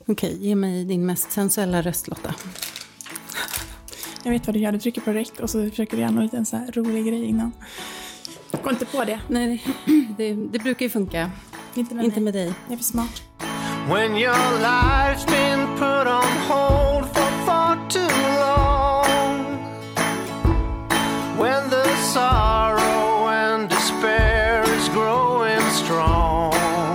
Okej, ge mig din mest sensuella röst, Lotta. Jag vet vad du gör, du trycker på rec och så försöker du göra en liten så här rolig grej innan. Gå inte på det. Nej, det brukar ju funka. Inte med dig. Jag är för smart. When your life's been put on hold for far too long, when the sorrow and despair is growing strong,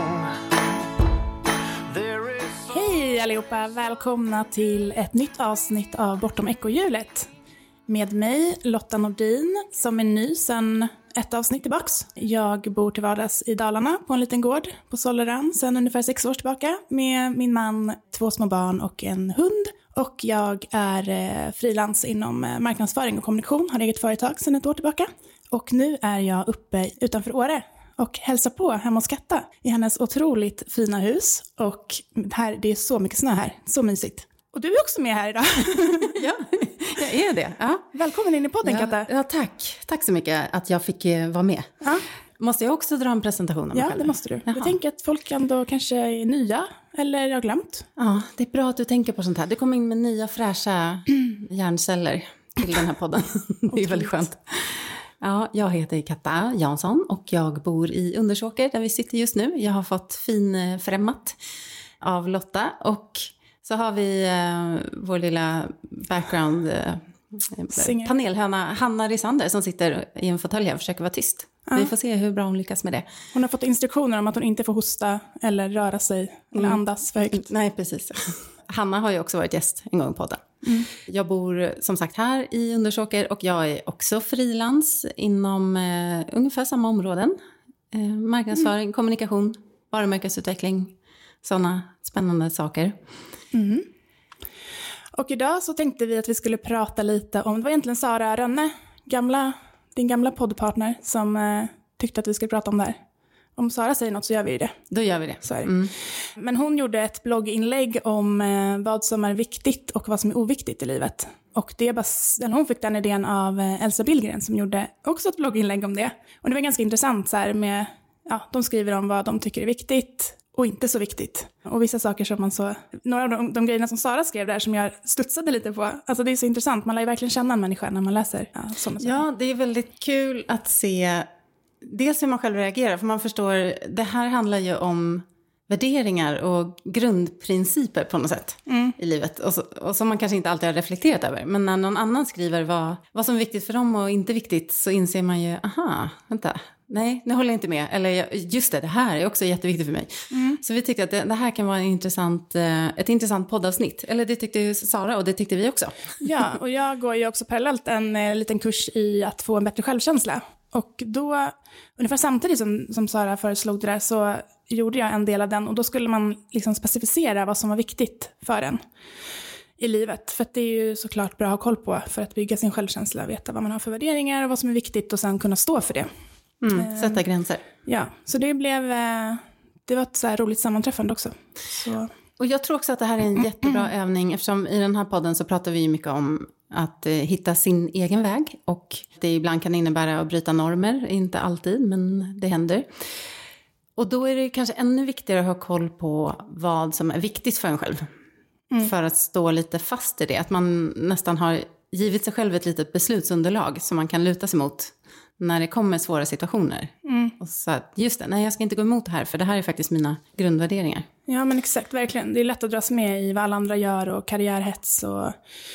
there is... Hej allihopa, välkomna till ett nytt avsnitt av Bortom ekorrhjulet. Med mig, Lotta Nordin, som är ny sedan ett avsnitt tillbaks. Jag bor till vardags i Dalarna på en liten gård på Solleran sedan ungefär 6 år tillbaka. Med min man, 2 små barn och en hund. Och jag är frilans inom marknadsföring och kommunikation, har eget företag sedan 1 år tillbaka. Och nu är jag uppe utanför Åre och hälsar på hemma hos Katta i hennes otroligt fina hus. Och här, det är så mycket snö här, så mysigt. Och du är också med här idag. Ja, jag är det. Ja. Välkommen in i podden, Katta. Ja, tack. Tack så mycket att jag fick vara med. Ja. Måste jag också dra en presentation av mig själv? Ja, det måste du. Jaha. Jag tänker att folk ändå kanske är nya eller har glömt. Ja, det är bra att du tänker på sånt här. Det kommer in med nya fräscha hjärnceller till den här podden. Det är väldigt skönt. Ja, jag heter Katta Jansson och jag bor i Undersåker där vi sitter just nu. Jag har fått fin främmat av Lotta och så har vi vår lilla background panelhöna Hanna Risander som sitter i en fåtölj och försöker vara tyst. Ja. Vi får se hur bra hon lyckas med det. Hon har fått instruktioner om att hon inte får hosta eller röra sig eller andas för högt. Nej, precis. Hanna har ju också varit gäst en gång på podden. Jag bor som sagt här i Undersåker och jag är också frilans inom ungefär samma områden. Marknadsföring, kommunikation, varumärkesutveckling, sådana spännande saker. Och idag så tänkte vi att vi skulle prata lite om, det var egentligen Sara Rönne, din gamla poddpartner, som tyckte att vi skulle prata om det här. Om Sara säger något så gör vi det. Då gör vi det. Så är det. Men hon gjorde ett blogginlägg om vad som är viktigt och vad som är oviktigt i livet. Och hon fick den idén av Elsa Billgren som gjorde också ett blogginlägg om det. Och det var ganska intressant så här med, de skriver om vad de tycker är viktigt och inte så viktigt. Och vissa saker som man så, några av de grejerna som Sara skrev där som jag studsade lite på. Alltså det är så intressant, man lär ju verkligen känna en människa när man läser sådana saker. Ja, det är väldigt kul att se dels hur man själv reagerar. För man förstår, det här handlar ju om värderingar och grundprinciper på något sätt i livet. Och som man kanske inte alltid har reflekterat över. Men när någon annan skriver vad som är viktigt för dem och inte viktigt så inser man ju, vänta. Nej, nu håller jag inte med. Eller just det här är också jätteviktigt för mig. Så vi tyckte att det här kan vara ett intressant poddavsnitt. Eller det tyckte ju Sara och det tyckte vi också. Ja, och jag går ju också parallellt en liten kurs i att få en bättre självkänsla. Och då, ungefär samtidigt som Sara föreslog det där så gjorde jag en del av den. Och då skulle man liksom specificera vad som var viktigt för en i livet. För att det är ju såklart bra att ha koll på för att bygga sin självkänsla. Veta vad man har för värderingar och vad som är viktigt och sen kunna stå för det. Sätta gränser. Ja, så det var ett så här roligt sammanträffande också. Så. Och jag tror också att det här är en jättebra övning eftersom i den här podden så pratar vi ju mycket om att hitta sin egen väg och det ibland kan innebära att bryta normer, inte alltid men det händer. Och då är det kanske ännu viktigare att ha koll på vad som är viktigt för en själv. För att stå lite fast i det, att man nästan har givit sig själv ett litet beslutsunderlag som man kan luta sig mot när det kommer svåra situationer. Och så att, just det, nej jag ska inte gå emot det här för det här är faktiskt mina grundvärderingar. Ja men exakt, verkligen. Det är lätt att dras med i vad alla andra gör och karriärhets och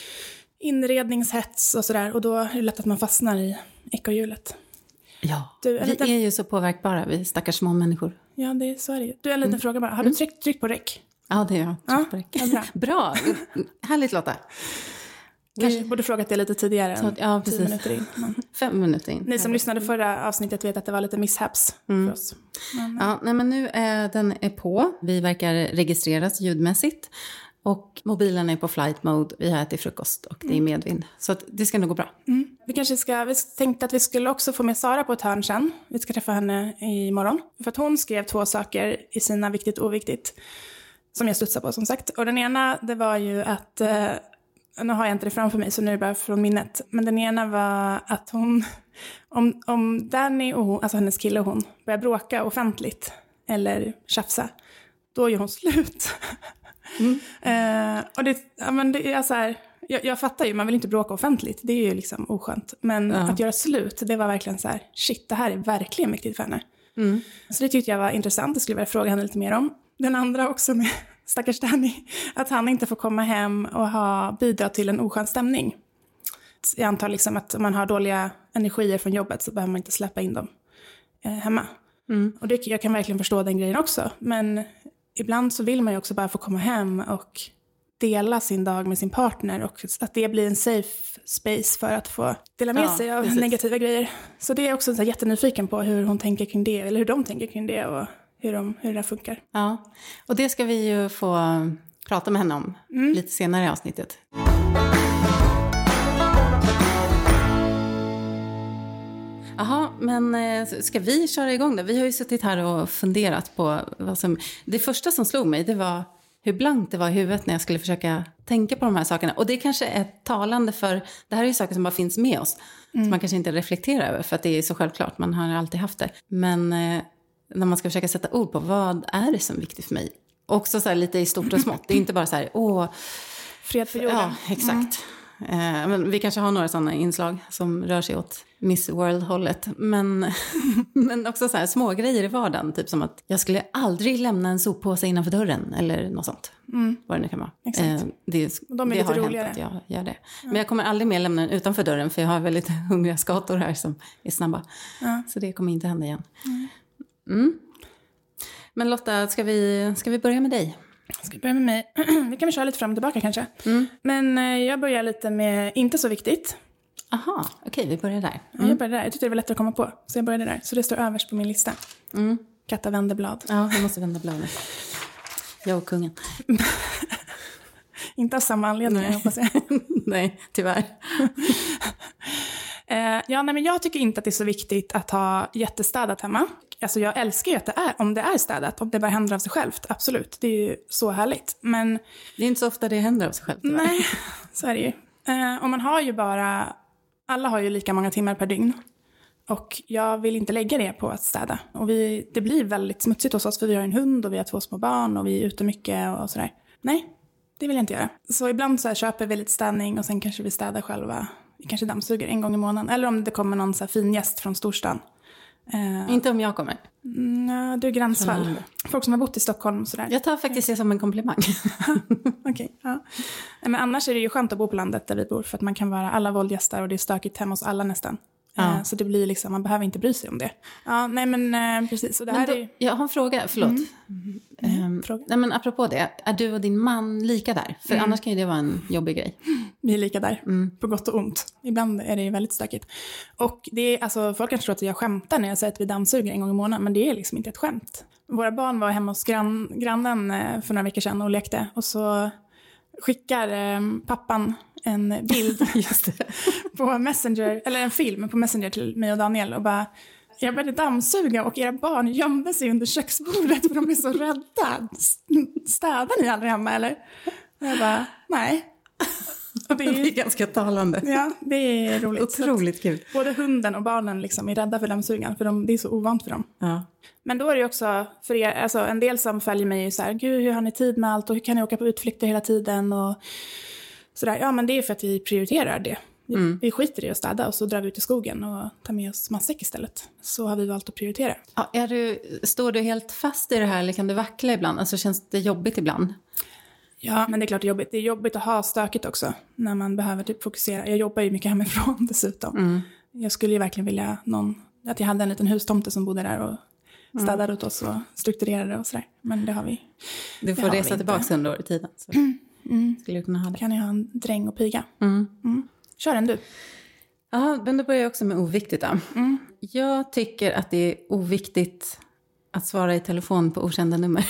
inredningshets och sådär. Och då är det lätt att man fastnar i ekorrhjulet. Ja, vi är ju så påverkbara, vi stackars små människor. Ja, så är det ju. Du, en liten fråga bara. Har du tryckt på rec? Ja, det är jag. På rec. Ja, bra, härligt Lotta. Kanske borde frågat det lite tidigare än 10 minuter in. 5 minuter in. Ni som lyssnade förra avsnittet vet att det var lite mishaps för oss. Men nu den är på. Vi verkar registreras ljudmässigt. Och mobilen är på flight mode. Vi har ätit frukost och det är medvind. Så att det ska nog gå bra. Vi tänkte att vi skulle också få med Sara på ett hörn sen. Vi ska träffa henne imorgon. För att hon skrev 2 saker i sina viktigt och oviktigt. Som jag studsar på som sagt. Och den ena det var ju att... nu har jag inte det framför mig så nu är det bara från minnet. Men den ena var att hon... Om Danny och hon, alltså hennes kille och hon, börjar bråka offentligt. Eller tjafsa. Då gör hon slut. Och det är så här, jag fattar ju, man vill inte bråka offentligt. Det är ju liksom oskönt. Men att göra slut, det var verkligen så här, shit, det här är verkligen viktigt för henne. Så det tyckte jag var intressant. Jag skulle vilja fråga henne lite mer om. Den andra också med stackars Danny, att han inte får komma hem och bidra till en oskön stämning. Jag antar liksom att om man har dåliga energier från jobbet så behöver man inte släppa in dem hemma. Och jag kan verkligen förstå den grejen också. Men ibland så vill man ju också bara få komma hem och dela sin dag med sin partner. Och att det blir en safe space för att få dela med sig av negativa grejer. Så det är också så jättenyfiken på hur hon tänker kring det. Eller hur de tänker kring det och hur det där funkar. Ja, och det ska vi ju få prata med henne om lite senare i avsnittet. Jaha, men ska vi köra igång då? Vi har ju suttit här och funderat på vad som... Det första som slog mig, det var hur blankt det var i huvudet när jag skulle försöka tänka på de här sakerna. Och det kanske är talande för... Det här är ju saker som bara finns med oss. Som man kanske inte reflekterar över för att det är så självklart. Man har alltid haft det. Men när man ska försöka sätta ord på vad är det som är viktigt för mig? Också så här lite i stort och smått. Det är inte bara så här, fred för jorden. Ja, exakt. Men vi kanske har några sådana inslag som rör sig åt Miss World-hållet. Men också så här små grejer i vardagen. Typ som att jag skulle aldrig lämna en soppåse innanför dörren. Eller något sånt. Vad det nu kan vara. Exakt. De är lite har roligare. Hänt att jag gör det. Men jag kommer aldrig mer lämna den utanför dörren. För jag har väldigt hungriga skator här som är snabba. Så det kommer inte hända igen. Men Lotta, ska vi börja med dig? Ska vi börja med mig? Vi kan väl köra lite fram och tillbaka kanske. Men jag börjar lite med inte så viktigt. Aha, okej, vi börjar där. Jag börjar där. Jag tyckte det var lättare att komma på. Så jag började där. Så det står överst på min lista. Katta vänder blad. Ja, vi måste vända bladet. Jag och kungen. Inte av samma anledning, jag hoppas jag. Nej, tyvärr. Men jag tycker inte att det är så viktigt att ha jättestädat hemma. Alltså jag älskar ju att det är, om det är städat, om det bara händer av sig självt, absolut. Det är ju så härligt. Men det är inte så ofta det händer av sig självt. Tyvärr. Nej, så är det ju. Och man har ju alla har ju lika många timmar per dygn. Och jag vill inte lägga det på att städa. Och det blir väldigt smutsigt hos oss för vi har en hund och vi har 2 små barn och vi är ute mycket och sådär. Nej, det vill jag inte göra. Så ibland så här köper vi lite städning och sen kanske vi städar själva. Vi kanske dammsuger 1 gång i månaden. Eller om det kommer någon så här fin gäst från storstan. Inte om jag kommer. Du är gränsfall. Folk som har bott i Stockholm och sådär. Jag tar faktiskt det som en komplimang. Okej, ja. Men annars är det ju skönt att bo på landet där vi bor. För att man kan vara alla våldgäster och det är stökigt hemma hos alla nästan. Så det blir liksom, man behöver inte bry sig om det. Ja, nej men precis. Så det här är... Jag har en fråga, förlåt. Fråga. Nej men apropå det, är du och din man lika där? För annars kan ju det vara en jobbig grej. Vi är lika där, på gott och ont. Ibland är det ju väldigt stökigt. Och det är, alltså, folk kanske tror att jag skämtar när jag säger att vi dammsuger 1 gång i månaden. Men det är liksom inte ett skämt. Våra barn var hemma hos grannen för några veckor sedan och lekte. Och så skickar pappan en bild på Messenger, eller en film på Messenger till mig och Daniel och bara, jag började dammsuga och era barn gömde sig under köksbordet för de är så rädda. Städar ni aldrig hemma eller? Och jag bara, nej. Och det är ganska talande. Ja, det är roligt. Otroligt kul. Både hunden och barnen liksom är rädda för dammsugan för det är så ovant för dem. Ja. Men då är det också för er, alltså en del som följer mig är så här, gud hur har ni tid med allt och hur kan ni åka på utflykter hela tiden och sådär. Ja men det är för att vi prioriterar det. Vi skiter i att städa och så drar vi ut i skogen och tar med oss matsäck istället. Så har vi valt att prioritera. Ja, står du helt fast i det här eller kan du vackla ibland? Alltså känns det jobbigt ibland? Ja, men det är klart det är jobbigt. Det är jobbigt att ha stökigt också när man behöver typ fokusera. Jag jobbar ju mycket hemifrån dessutom. Jag skulle ju verkligen vilja att jag hade en liten hustomte som bodde där och städade åt oss och strukturerade och sådär. Men det har vi. Du får resa tillbaka 100 år i tiden. Så skulle du kunna ha det. Kan jag ha en dräng och piga. Kör en du. Ja, men då börjar jag också med oviktigt då. Jag tycker att det är oviktigt att svara i telefon på okända nummer.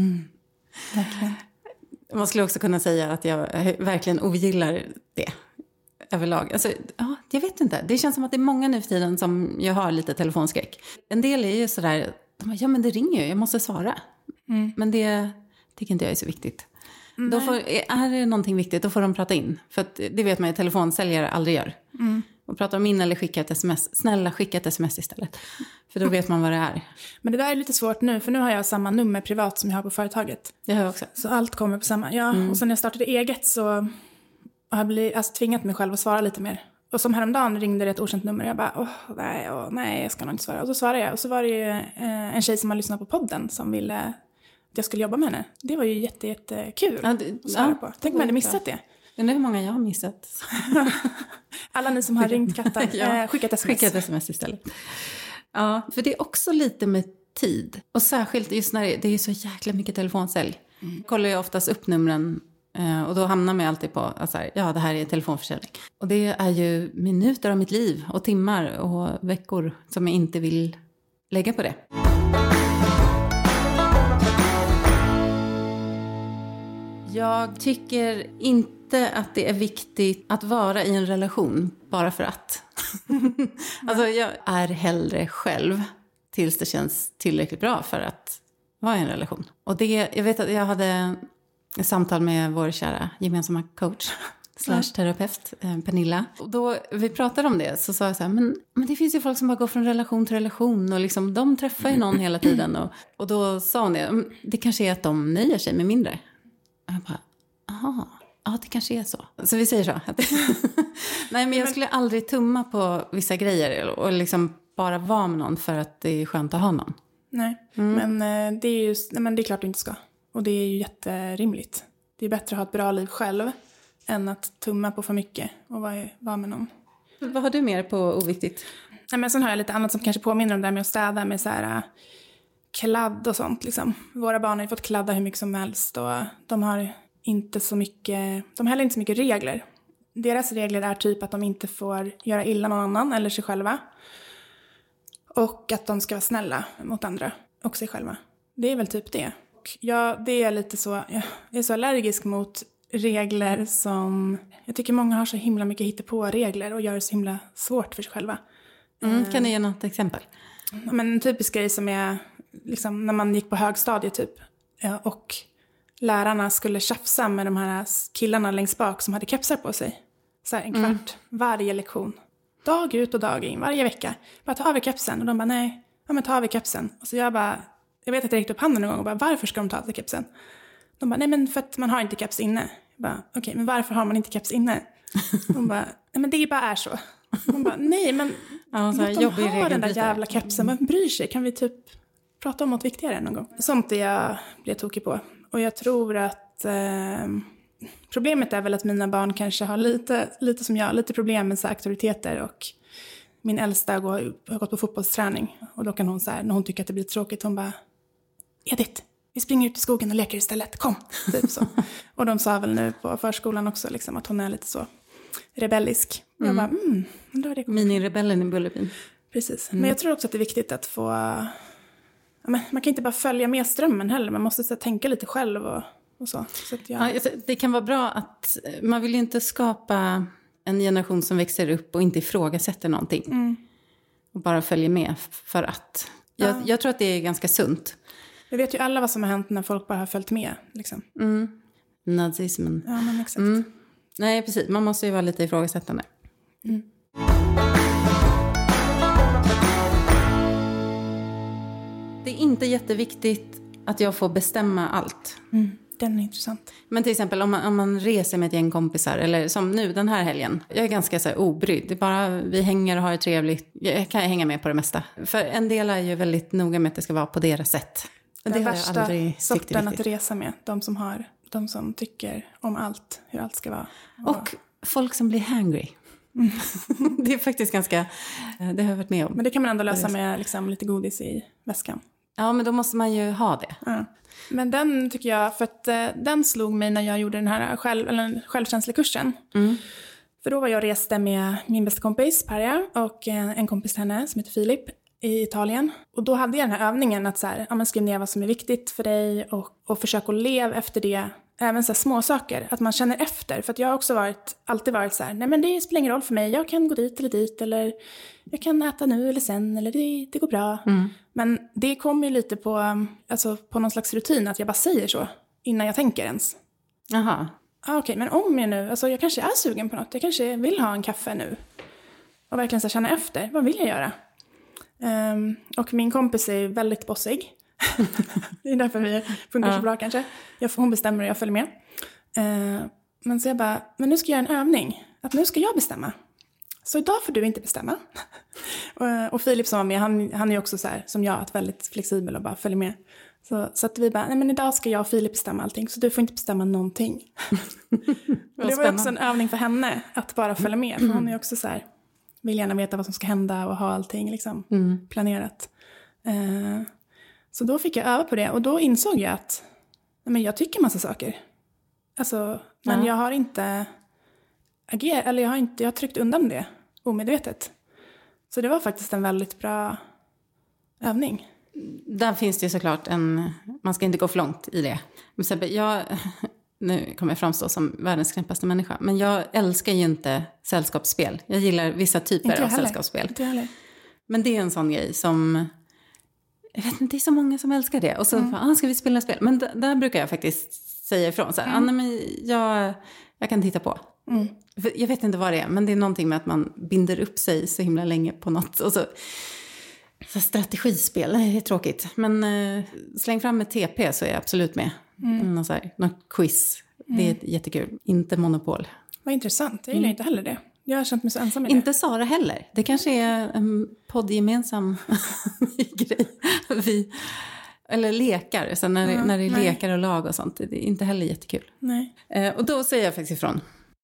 Verkligen. Man skulle också kunna säga att jag verkligen ogillar det överlag. Alltså, ja, jag vet inte. Det känns som att det är många nu för tiden som jag har lite telefonskräck. En del är ju sådär, ja men det ringer ju, jag måste svara. Men det tycker inte jag är så viktigt. Då är det någonting viktigt, då får de prata in. För att det vet man ju, telefonsäljare aldrig gör. och prata om min eller skicka ett sms. Snälla skicka ett sms istället. För då vet man vad det är. Men det där är lite svårt nu, för nu har jag samma nummer privat som jag har på företaget. Det har jag också. Så allt kommer på samma. Ja, och sen när jag startade eget så har jag tvingat mig själv att svara lite mer. Och som häromdagen ringde det ett okänt nummer. Jag bara, nej, jag ska nog inte svara. Och så svarade jag. Och så var det ju en tjej som har lyssnat på podden som ville att jag skulle jobba med henne. Det var ju jättekul att svara på. Tänk om jag hade missat det. Undrar hur många jag har missat. Alla ni som har ringt kattar, skickat sms. Skickat sms istället. Ja, för det är också lite med tid. Och särskilt just när det är så jäkla mycket telefonsälj. Kollar jag oftast upp numren. Och då hamnar man alltid på att det här är telefonförsäljning. Och det är ju minuter av mitt liv och timmar och veckor som jag inte vill lägga på det. Jag tycker inte att det är viktigt att vara i en relation bara för att. Alltså jag är hellre själv tills det känns tillräckligt bra för att vara i en relation. Och jag vet att jag hade ett samtal med vår kära gemensamma coach /terapeut Pernilla. Och då vi pratade om det så sa jag så här, men det finns ju folk som bara går från relation till relation och liksom, de träffar ju någon hela tiden. Och då sa hon det kanske är att de nöjer sig med mindre. Och jag bara, ja det kanske är så. Så vi säger så. Nej, men jag skulle aldrig tumma på vissa grejer och liksom bara vara med någon för att det är skönt att ha någon. Nej, men det är ju, men det är klart du inte ska. Och det är ju jätterimligt. Det är bättre att ha ett bra liv själv än att tumma på för mycket och vara med någon. Vad har du mer på oviktigt? Nej, men sen har jag lite annat som kanske påminner om det här med att städa med så här kladd och sånt. Liksom. Våra barn har ju fått kladda hur mycket som helst och de har inte så mycket, de har heller inte så mycket regler. Deras regler är typ att de inte får göra illa någon annan eller sig själva. Och att de ska vara snälla mot andra och sig själva. Det är väl typ det. Det är lite så, jag är så allergisk mot regler som, jag tycker många har så himla mycket hittepå-regler och gör det så himla svårt för sig själva. Kan du ge något exempel? Men en typisk grej som är liksom, när man gick på högstadiet typ och lärarna skulle tjafsa med de här killarna längst bak som hade kepsar på sig. Så här en kvart varje lektion. Dag ut och dag in, varje vecka. Bara ta av er kepsen. Och de bara, nej, men ta av er kepsen. Och så jag vet att jag räckte upp handen någon gång och bara, varför ska de ta av sig kepsen? De bara, nej men för att man har inte keps inne. Jag bara, okej, men varför har man inte keps inne? De bara, nej men det bara är så. De bara, nej men låt dem ha den där jävla kepsen. Man bryr sig, kan vi typ prata om något viktigare någon gång? Sånt är jag blir tokig på. Och jag tror att problemet är väl att mina barn kanske har lite som jag, lite problem med så aktiviteter. Och min äldsta har gått på fotbollsträning. Och då kan hon så här, när hon tycker att det blir tråkigt, hon bara, Edith, vi springer ut i skogen och leker istället, kom. Typ så. Och de sa väl nu på förskolan också liksom, att hon är lite så rebellisk. Jag bara, det mini-rebellen i Bullerbyn. Precis, men jag tror också att det är viktigt att få, man kan inte bara följa med strömmen heller, man måste så tänka lite själv och så. Så att det kan vara bra att man vill inte skapa en generation som växer upp och inte ifrågasätter någonting. Och bara följer med för att. Jag tror att det är ganska sunt. Vi vet ju alla vad som har hänt när folk bara har följt med. Liksom. Nazismen. Ja, men exakt. Nej, precis. Man måste ju vara lite ifrågasättande. Det är inte jätteviktigt att jag får bestämma allt. Den är intressant. Men till exempel om man reser med ett gäng kompisar, eller som nu den här helgen. Jag är ganska så här obrydd. Det är bara vi hänger och har det trevligt. Jag kan hänga med på det mesta. För en del är ju väldigt noga med att det ska vara på deras sätt. Den värsta sorten att resa med. De som tycker om allt, hur allt ska vara. Och folk som blir hangry. Det är faktiskt ganska, det har jag varit med om. Men det kan man ändå lösa med liksom, lite godis i väskan. Ja, men då måste man ju ha det. Ja. Men den tycker jag, för att den slog mig när jag gjorde den här självkänslekursen. För då var jag reste med min bästa kompis, Paria, och en kompis till henne som heter Filip i Italien. Och då hade jag den här övningen att så här, skriv ner vad som är viktigt för dig och försök att leva efter det. Även så här små saker, att man känner efter. För att jag har också alltid varit så här, nej men det spelar ingen roll för mig. Jag kan gå dit eller dit, eller jag kan äta nu eller sen, eller det går bra. Men det kommer ju lite på någon slags rutin, att jag bara säger så innan jag tänker ens. Jaha. Okej, men om jag nu, jag kanske är sugen på något. Jag kanske vill ha en kaffe nu. Och verkligen så känna efter, vad vill jag göra? Och min kompis är väldigt bossig. Det är därför vi funkar så bra kanske. Hon bestämmer och jag följer med. Men så jag bara, men nu ska jag göra en övning. Att nu ska jag bestämma. Så idag får du inte bestämma. Och Filip som var med, han är också så här, som jag, att väldigt flexibel och bara följer med. Så att vi bara, nej men idag ska jag och Filip bestämma allting. Så du får inte bestämma någonting. Och det var också en övning för henne, att bara följa med. För hon är också så här, vill gärna veta vad som ska hända och ha allting liksom planerat. Så då fick jag öva på det. Och då insåg jag att men jag tycker massa saker. Alltså, men jag har inte agerat, eller jag har tryckt undan det omedvetet. Så det var faktiskt en väldigt bra övning. Där finns det ju såklart man ska inte gå för långt i det. Nu kommer jag framstå som världens knäppaste människa. Men jag älskar ju inte sällskapsspel. Jag gillar vissa typer av sällskapsspel. Inte heller. Men det är en sån grej som... Jag vet inte, det är så många som älskar det. Och så ska vi spela spel. Men där brukar jag faktiskt säga ifrån. Så här, men jag kan titta på. För jag vet inte vad det är. Men det är någonting med att man binder upp sig så himla länge på något. Och så strategispel, det är tråkigt. Men släng fram ett TP så är jag absolut med. Något quiz. Det är jättekul. Inte Monopol. Vad intressant. Jag gillar inte heller det. Jag har känt mig så ensam i det. Inte Sara heller. Det kanske är en poddgemensam grej. Eller lekar. Så när det är lekar och lag och sånt. Det är inte heller jättekul. Nej. Och då säger jag faktiskt ifrån.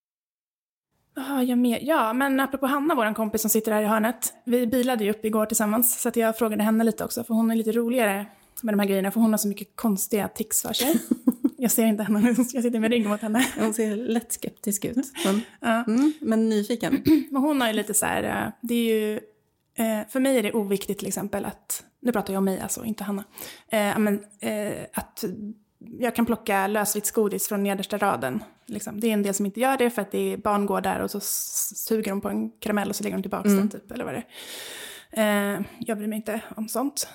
Ja, men apropå Hanna, vår kompis som sitter här i hörnet. Vi bilade ju upp igår tillsammans. Så att jag frågade henne lite också. För hon är lite roligare med de här grejerna. För hon har så mycket konstiga tics för sig. Jag ser inte henne. Jag sitter med ryggen mot henne. Hon ser lätt skeptisk ut. Men nyfiken. Men hon har ju lite så här... Det är ju... För mig är det oviktigt till exempel att... Nu pratar jag om mig, alltså, inte Hanna. Att jag kan plocka lösvitsgodis från nedersta raden. Liksom. Det är en del som inte gör det för att det är barn går där och så suger de på en karamell och så lägger de tillbaka den typ, eller vad det är. Jag bryr mig inte om sånt.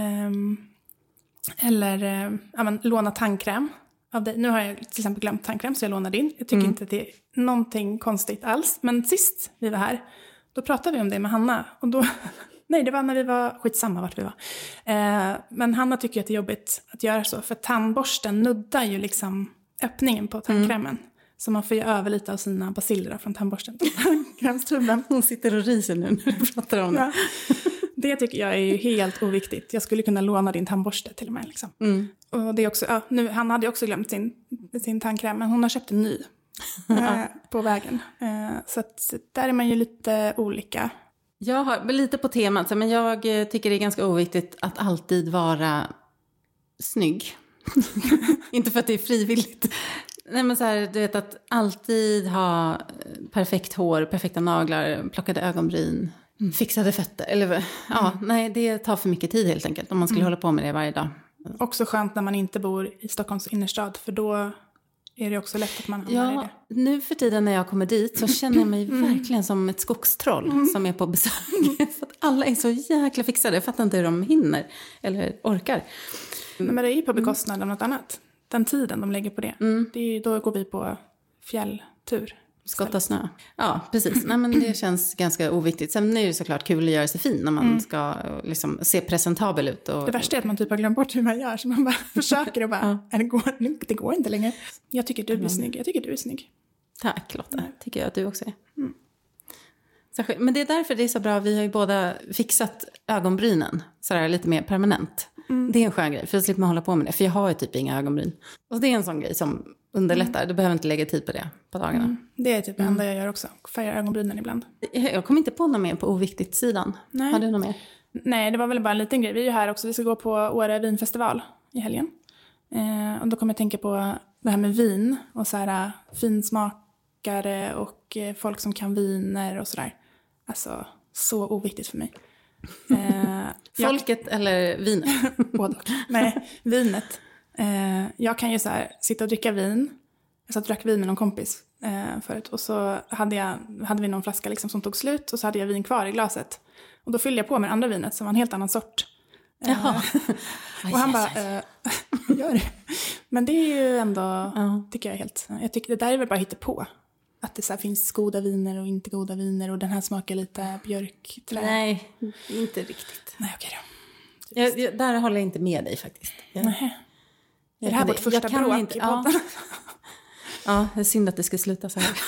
Eller låna tandkräm av dig. Nu har jag till exempel glömt tandkräm så jag lånar din. Jag tycker inte att det är någonting konstigt alls. Men sist vi var här, då pratade vi om det med Hanna. Och då... Nej, det var när vi var... Skitsamma vart vi var. Men Hanna tycker att det är jobbigt att göra så. För tandborsten nuddar ju liksom öppningen på tandkrämen. Så man får ju över lite av sina basiller från tandborsten. Krämstuben. Hon sitter och riser nu när du pratar om det. Ja. Det tycker jag är ju helt oviktigt. Jag skulle kunna låna din tandborste till och med. Liksom. Och det är också... Hanna hade ju också glömt sin tandkräm. Men hon har köpt en ny på vägen. Så att där är man ju lite olika... Jag har lite på temat, men jag tycker det är ganska oviktigt att alltid vara snygg. Inte för att det är frivilligt. Nej, men så här, du vet att alltid ha perfekt hår, perfekta naglar, plockade ögonbryn, fixade fötter. Eller, nej, det tar för mycket tid helt enkelt om man skulle hålla på med det varje dag. Också skönt när man inte bor i Stockholms innerstad, för då... är det också lätt att man hamnar i det. Nu för tiden när jag kommer dit så känner jag mig verkligen som ett skogstroll som är på besök. För att alla är så jäkla fixade. Jag fattar inte hur de hinner eller orkar. Men det är ju på bekostnad av något annat. Den tiden de lägger på det. Då går vi på fjälltur. Skotta snö. Ja, precis. Nej, men det känns ganska oviktigt. Sen är det såklart kul att göra sig fin när man ska liksom se presentabel ut. Och... Det värsta är att man typ har glömt bort hur man gör. Så man bara försöker och bara, det går inte längre. Jag tycker du blir snygg. Jag tycker du är snygg. Tack Lotta. Tycker jag att du också är. Men det är därför det är så bra. Vi har ju båda fixat ögonbrynen. Sådär lite mer permanent. Det är en skön grej. För jag slipper man hålla på med det. För jag har ju typ inga ögonbryn. Och det är en sån grej som underlättar. Du behöver inte lägga tid på det på dagarna. Det är typ det enda jag gör också. Färgar ögonbrynen ibland. Jag kommer inte på något mer på oviktigt sidan. Nej. Har du något mer? Nej, det var väl bara en liten grej. Vi är ju här också. Vi ska gå på Åre vinfestival i helgen. Och då kommer jag tänka på det här med vin. Och så här finsmakare och folk som kan viner och sådär. Alltså, så oviktigt för mig. Folket eller vinet? Både och. Nej, vinet. Jag kan ju så här sitta och dricka vin. Jag satt och drack vin med någon kompis förut. Och så hade vi någon flaska liksom som tog slut. Och så hade jag vin kvar i glaset. Och då fyllde jag på med andra vinet som var en helt annan sort. Och han bara, gör det. Men det är ju ändå, tycker jag helt... Jag tycker det där är väl bara hitta på. att det så här finns goda viner och inte goda viner och den här smakar lite björkträ? Nej, inte riktigt. Nej, okej då. Där håller jag inte med dig faktiskt. Nej. Är det här vårt första bråk i podden? Ja, det är synd att det ska sluta så här.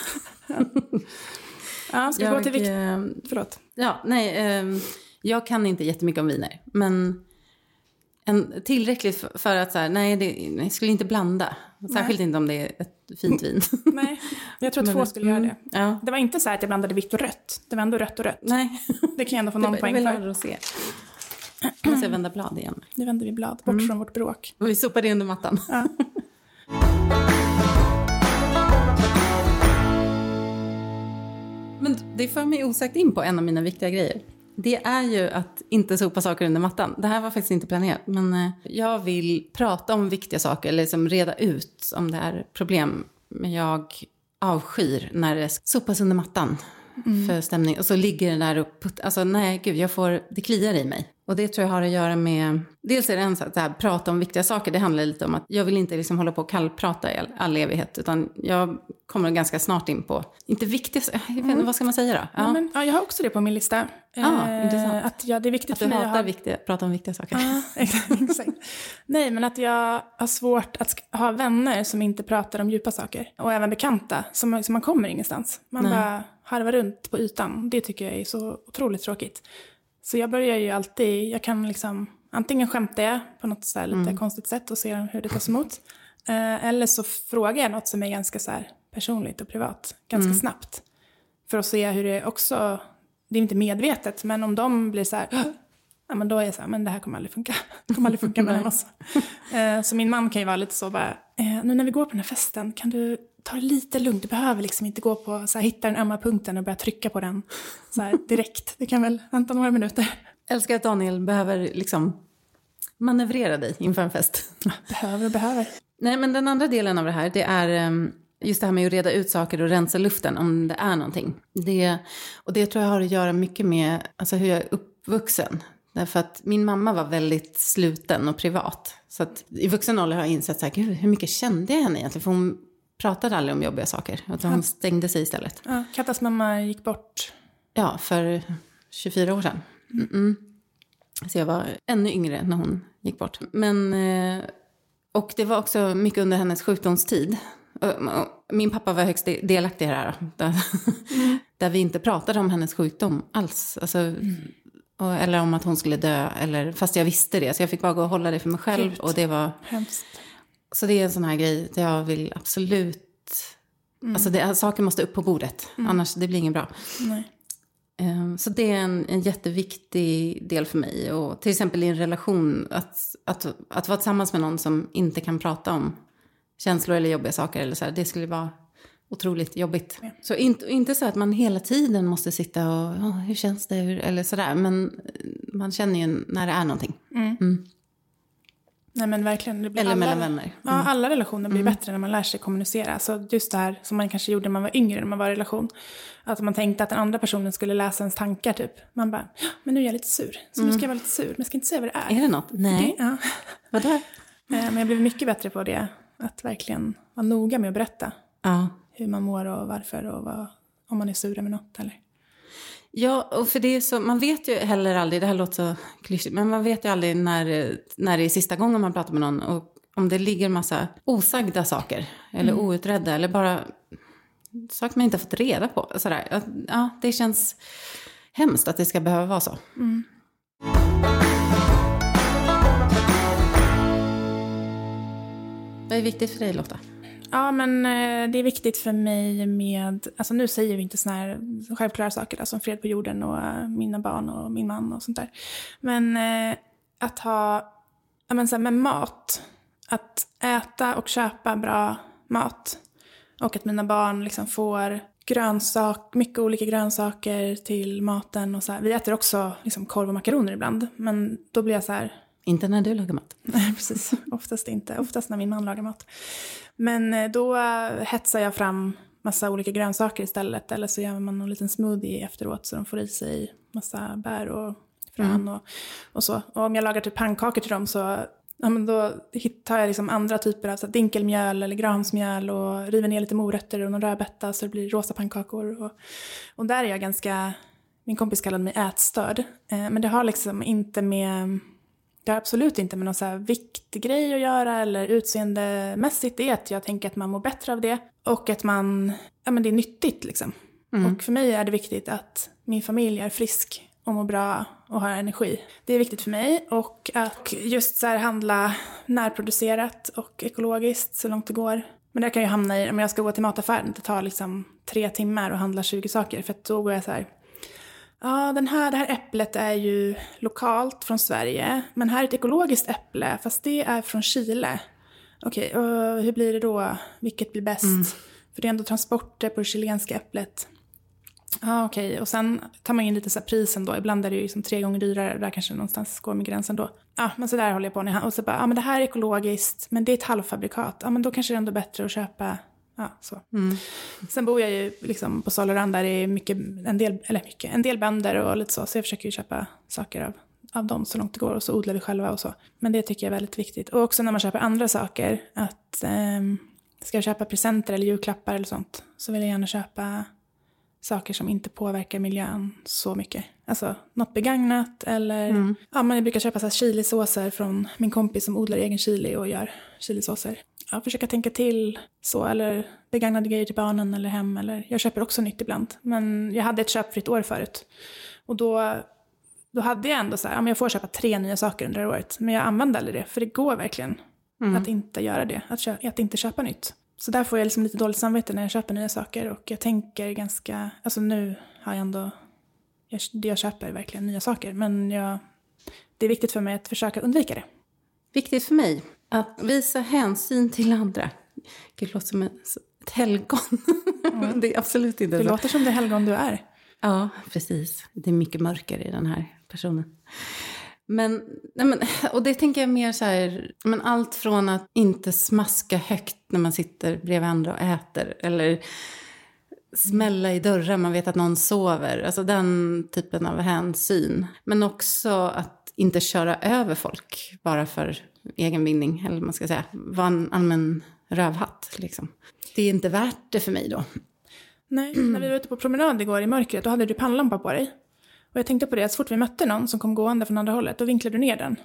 Ja, ska vi gå till förlåt. Ja, nej, jag kan inte jättemycket om viner. Men tillräckligt för att så här, jag skulle inte blanda. Särskilt inte om det är ett fint vin. Nej, jag tror att få skulle göra det. Ja. Det var inte så här att jag blandade vitt och rött. Det var ändå rött och rött. Nej. Det kan jag ändå få någon poäng för. Att se. Nu måste jag vända blad igen. Nu vänder vi blad, bort från vårt bråk. Och vi sopar det under mattan. Ja. Men det för mig osökt in på en av mina viktiga grejer. Det är ju att inte sopa saker under mattan. Det här var faktiskt inte planerat. Men jag vill prata om viktiga saker. Eller liksom reda ut om det är problem. Men jag avskyr när det sopas under mattan. För stämning. Och så ligger det där och alltså nej gud, det kliar i mig. Och det tror jag har att göra med, dels är det en så här, prata om viktiga saker. Det handlar lite om att jag vill inte liksom hålla på och kallprata i all evighet. Utan jag kommer ganska snart in på, inte viktiga, jag vet inte, vad ska man säga då? Ja. Ja, jag har också det på min lista. Intressant. Att det är viktigt att för mig att prata om viktiga saker. Ja, exakt. Nej, men att jag har svårt att ha vänner som inte pratar om djupa saker. Och även bekanta, som man kommer ingenstans. Man bara harvar runt på ytan. Det tycker jag är så otroligt tråkigt. Så jag börjar ju alltid, jag kan liksom, antingen skämtar jag på något så här lite konstigt sätt och ser hur det tas emot. Eller så frågar jag något som är ganska så här personligt och privat, ganska snabbt. För att se hur det också, det är inte medvetet, men om de blir så här, ja men då är jag så här, men det här kommer aldrig funka. Det kommer aldrig funka mellan oss. Så min man kan ju vara lite så bara, nu när vi går på den här festen, kan du ta det lite lugnt, du behöver liksom inte gå på så här, hitta den ömma punkten och börja trycka på den så här direkt. Det kan väl vänta några minuter. Älskar att Daniel behöver liksom manövrera dig inför en fest. Behöver. Nej, men den andra delen av det här, det är just det här med att reda ut saker och rensa luften om det är någonting. Det tror jag har att göra mycket med alltså, hur jag är uppvuxen. Därför att min mamma var väldigt sluten och privat. Så att i vuxen ålder har jag insett så här, gud, hur mycket kände jag henne egentligen? För hon pratade aldrig om jobbiga saker. Utan hon stängde sig istället. Ja, Kattas mamma gick bort. Ja, för 24 år sedan. Så jag var ännu yngre när hon gick bort. Men, och det var också mycket under hennes sjukdomstid. Min pappa var högst delaktig i det här. Där vi inte pratade om hennes sjukdom alls. Alltså, eller om att hon skulle dö. Fast jag visste det. Så jag fick bara gå och hålla det för mig själv. Gud, och det var hemskt. Så det är en sån här grej. Där jag vill absolut. Alltså saker måste upp på bordet. Annars det blir inget bra. Nej. Så det är en jätteviktig del för mig. Och till exempel i en relation. Att vara tillsammans med någon som inte kan prata om känslor eller jobbiga saker. Eller så här, det skulle vara otroligt jobbigt. Ja. Så inte så att man hela tiden måste sitta och hur känns det? Eller sådär. Men man känner ju när det är någonting. Nej men verkligen. Det blir eller mellan vänner. Ja, alla relationer blir bättre när man lär sig kommunicera. Så just det här som man kanske gjorde när man var yngre, när man var i relation. Att man tänkte att den andra personen skulle läsa ens tankar typ. Man bara, men nu är jag lite sur. Så nu ska jag vara lite sur. Men jag ska inte säga vad det är. Är det något? Nej. Ja. Vadå? Men jag blev mycket bättre på det. Att verkligen vara noga med att berätta. Ja. Hur man mår och varför och om man är sur med något eller. Ja, och för det är så, man vet ju heller aldrig, det här låter så klyschigt, men man vet ju aldrig när det är sista gången man pratar med någon och om det ligger massa osagda saker eller outredda eller bara saker man inte har fått reda på. Sådär. Ja, det känns hemskt att det ska behöva vara så. Vad är viktigt för dig, Lotta? Ja, men det är viktigt för mig med, alltså nu säger vi inte såna här självklara saker då, som fred på jorden och mina barn och min man och sånt där. Men att ha, ja men så här, med mat, att äta och köpa bra mat och att mina barn liksom får mycket olika grönsaker till maten och så här. Vi äter också liksom korv och makaroner ibland, men då blir jag så här. Inte när du lagar mat. Nej, precis. Oftast inte. Oftast när min man lagar mat. Men då hetsar jag fram massa olika grönsaker istället. Eller så gör man en liten smoothie efteråt så de får i sig massa bär och frön och så. Och om jag lagar typ pannkakor till dem så Ja, men då tar jag liksom andra typer av så dinkelmjöl eller grahamsmjöl och river ner lite morötter och någon rödbeta så det blir rosa pannkakor. Och där är jag ganska, min kompis kallade mig ätstörd. Men det har liksom inte med, det har absolut inte med någon så här viktgrej att göra eller utseendemässigt. Det är att jag tänker att man mår bättre av det och att man, ja men det är nyttigt liksom. Och för mig är det viktigt att min familj är frisk och mår bra och har energi. Det är viktigt för mig och att just så här handla närproducerat och ekologiskt så långt det går. Men det kan ju hamna i, om jag ska gå till mataffären, det tar liksom 3 timmar och handla 20 saker. För att då går jag så här, ja det här äpplet är ju lokalt från Sverige. Men här är ett ekologiskt äpple, fast det är från Chile. Okej, hur blir det då? Vilket blir bäst? För det är ändå transporter på det chilenska äpplet. Ja, okej. Och sen tar man in lite så här prisen då. Ibland är det ju liksom 3 gånger dyrare. Där kanske någonstans går med gränsen då. Ja, men så där håller jag på. Och så bara, ja men det här är ekologiskt. Men det är ett halvfabrikat. Ja, men då kanske det är ändå bättre att köpa. Ja, så. Sen bor jag ju liksom på Solorand där det är en del bönder och lite så. Så jag försöker ju köpa saker av dem så långt det går. Och så odlar vi själva och så. Men det tycker jag är väldigt viktigt. Och också när man köper andra saker. Att ska jag köpa presenter eller julklappar eller sånt. Så vill jag gärna köpa saker som inte påverkar miljön så mycket. Alltså något begagnat eller... Ja, man brukar köpa så här chilisåser från min kompis som odlar egen chili och gör chilisåser. Ja, försöka tänka till så. Eller begagnade grejer till barnen eller hem. Eller, jag köper också nytt ibland. Men jag hade ett köpfritt år förut. Och då hade jag ändå så här... Ja, men jag får köpa 3 nya saker under året. Men jag använder aldrig det. För det går verkligen att inte göra det. Att inte köpa nytt. Så där får jag liksom lite dåligt samvete när jag köper nya saker. Och jag tänker ganska... Alltså nu har jag ändå... Jag köper verkligen nya saker. Men det är viktigt för mig att försöka undvika det. Viktigt för mig att visa hänsyn till andra. Det låter som ett helgon. Det är absolut inte det så. Det låter som det helgon du är. Ja, precis. Det är mycket mörker i den här personen. Men, och det tänker jag mer så här, men allt från att inte smaska högt när man sitter bredvid andra och äter. Eller smälla i dörrar, man vet att någon sover. Alltså den typen av hänsyn. Men också att inte köra över folk bara för egen vinning. Eller man ska säga, vara en allmän rövhatt liksom. Det är inte värt det för mig då. Nej, när vi var ute på promenad igår i mörkret, då hade du pannlampa på dig. Och jag tänkte på det, att så fort vi mötte någon som kom gående från andra hållet, då vinklade du ner den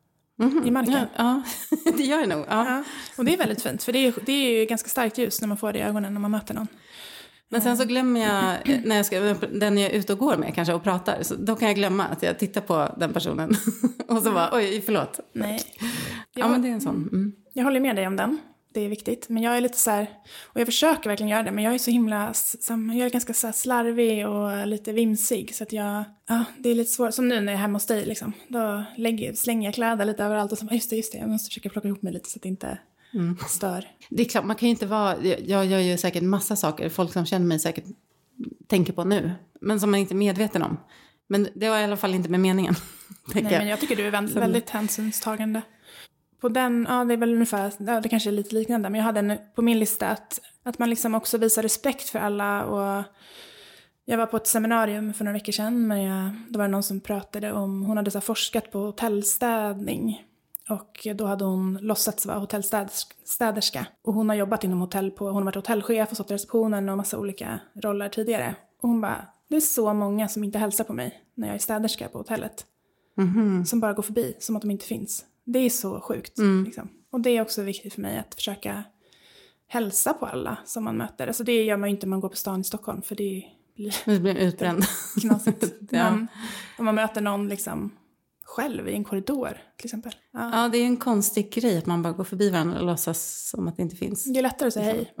i marken. Ja, det gör jag nog. Ja. Och det är väldigt fint, för det är ju ganska starkt ljus när man får det i ögonen när man möter någon. Men sen så glömmer jag, den jag är ute och går med kanske och pratar, så då kan jag glömma att jag tittar på den personen. Och så bara, oj, förlåt. Nej. Ja, men det är en sån. Jag håller med dig om den. Det är viktigt. Men jag är lite så här, och jag försöker verkligen göra det, men jag är så himla, jag är ganska så här slarvig och lite vimsig, så att det är lite svårt. Som nu när jag är hemma hos dig liksom, då slänger jag kläder lite överallt och så just det, jag måste försöka plocka ihop mig lite så att det inte stör. Det är klart, man kan ju inte vara, jag gör ju säkert massa saker, folk som känner mig säkert tänker på nu, men som man inte är medveten om. Men det var i alla fall inte med meningen. Nej, men jag tycker du är väldigt hänsynstagande. På den, det är väl ungefär, det kanske är lite liknande, men jag hade på min lista att man liksom också visar respekt för alla. Och jag var på ett seminarium för några veckor sedan, men då var det någon som pratade om, hon hade så forskat på hotellstädning. Och då hade hon låtsats vara hotellstäderska. Och hon har jobbat inom hotell, hon har varit hotellchef och stått i receptionen och massa olika roller tidigare. Och hon bara, det är så många som inte hälsar på mig när jag är städerska på hotellet. Som bara går förbi, som att de inte finns. Det är så sjukt. Liksom. Och det är också viktigt för mig att försöka hälsa på alla som man möter. Alltså det gör man ju inte när man går på stan i Stockholm, för det blir utbränd. Knasigt. Men om man möter någon liksom själv i en korridor till exempel. Ja, det är en konstig grej att man bara går förbi varandra och låtsas som att det inte finns. Det är lättare att säga hej.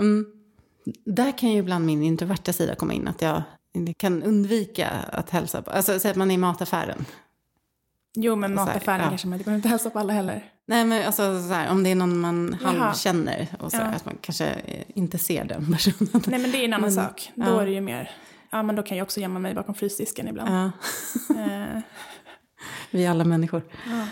Där kan ju ibland min introverta sida komma in, att jag kan undvika att hälsa på. Alltså säg att man är i mataffären. Jo, men mataffären kanske man inte hälsa på alla heller. Nej, men alltså så här, om det är någon man halvkänner och så här, att man kanske inte ser den personen. Nej, men det är en annan sak. Då är det ju mer, men då kan jag också gömma mig bakom frysdisken ibland. Vi är alla människor. Ja.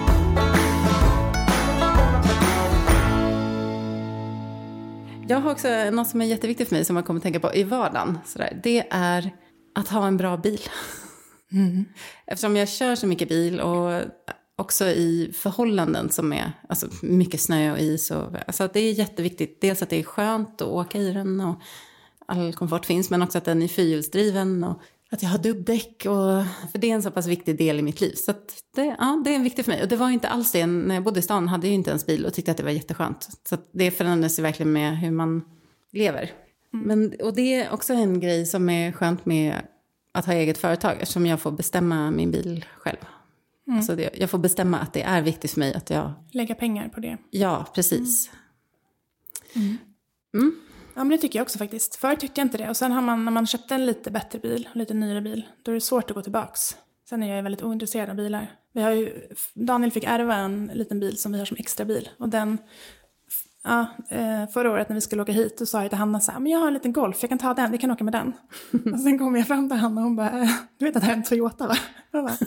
Jag har också något som är jätteviktigt för mig som jag kommer att tänka på i vardagen. Sådär. Det är att ha en bra bil. Eftersom jag kör så mycket bil och också i förhållanden som är alltså, mycket snö och is. Alltså att det är jätteviktigt. Dels att det är skönt att åka i den och all komfort finns. Men också att den är fyrhjulsdriven och att jag har dubbdäck. För det är en så pass viktig del i mitt liv. Så att det är viktigt för mig. Och det var inte alls det. När jag bodde i stan hade jag ju inte ens bil och tyckte att det var jätteskönt. Så att det förändras ju verkligen med hur man lever. Och det är också en grej som är skönt med att ha eget företag. Eftersom jag får bestämma min bil själv. Alltså jag får bestämma att det är viktigt för mig att jag... Lägga pengar på det. Ja, precis. Ja, men det tycker jag också faktiskt. Förr tyckte jag inte det. Och sen har man, när man köpte en lite bättre bil, lite nyare bil, då är det svårt att gå tillbaks. Sen är jag väldigt ointresserad av bilar. Daniel fick ärva en liten bil som vi har som extra bil. Och den, förra året när vi skulle åka hit, då sa jag till Hanna så här, men jag har en liten Golf, jag kan ta den, vi kan åka med den. Och sen kom jag fram till Hanna och hon bara, du vet att det här är en Toyota va? Jag bara,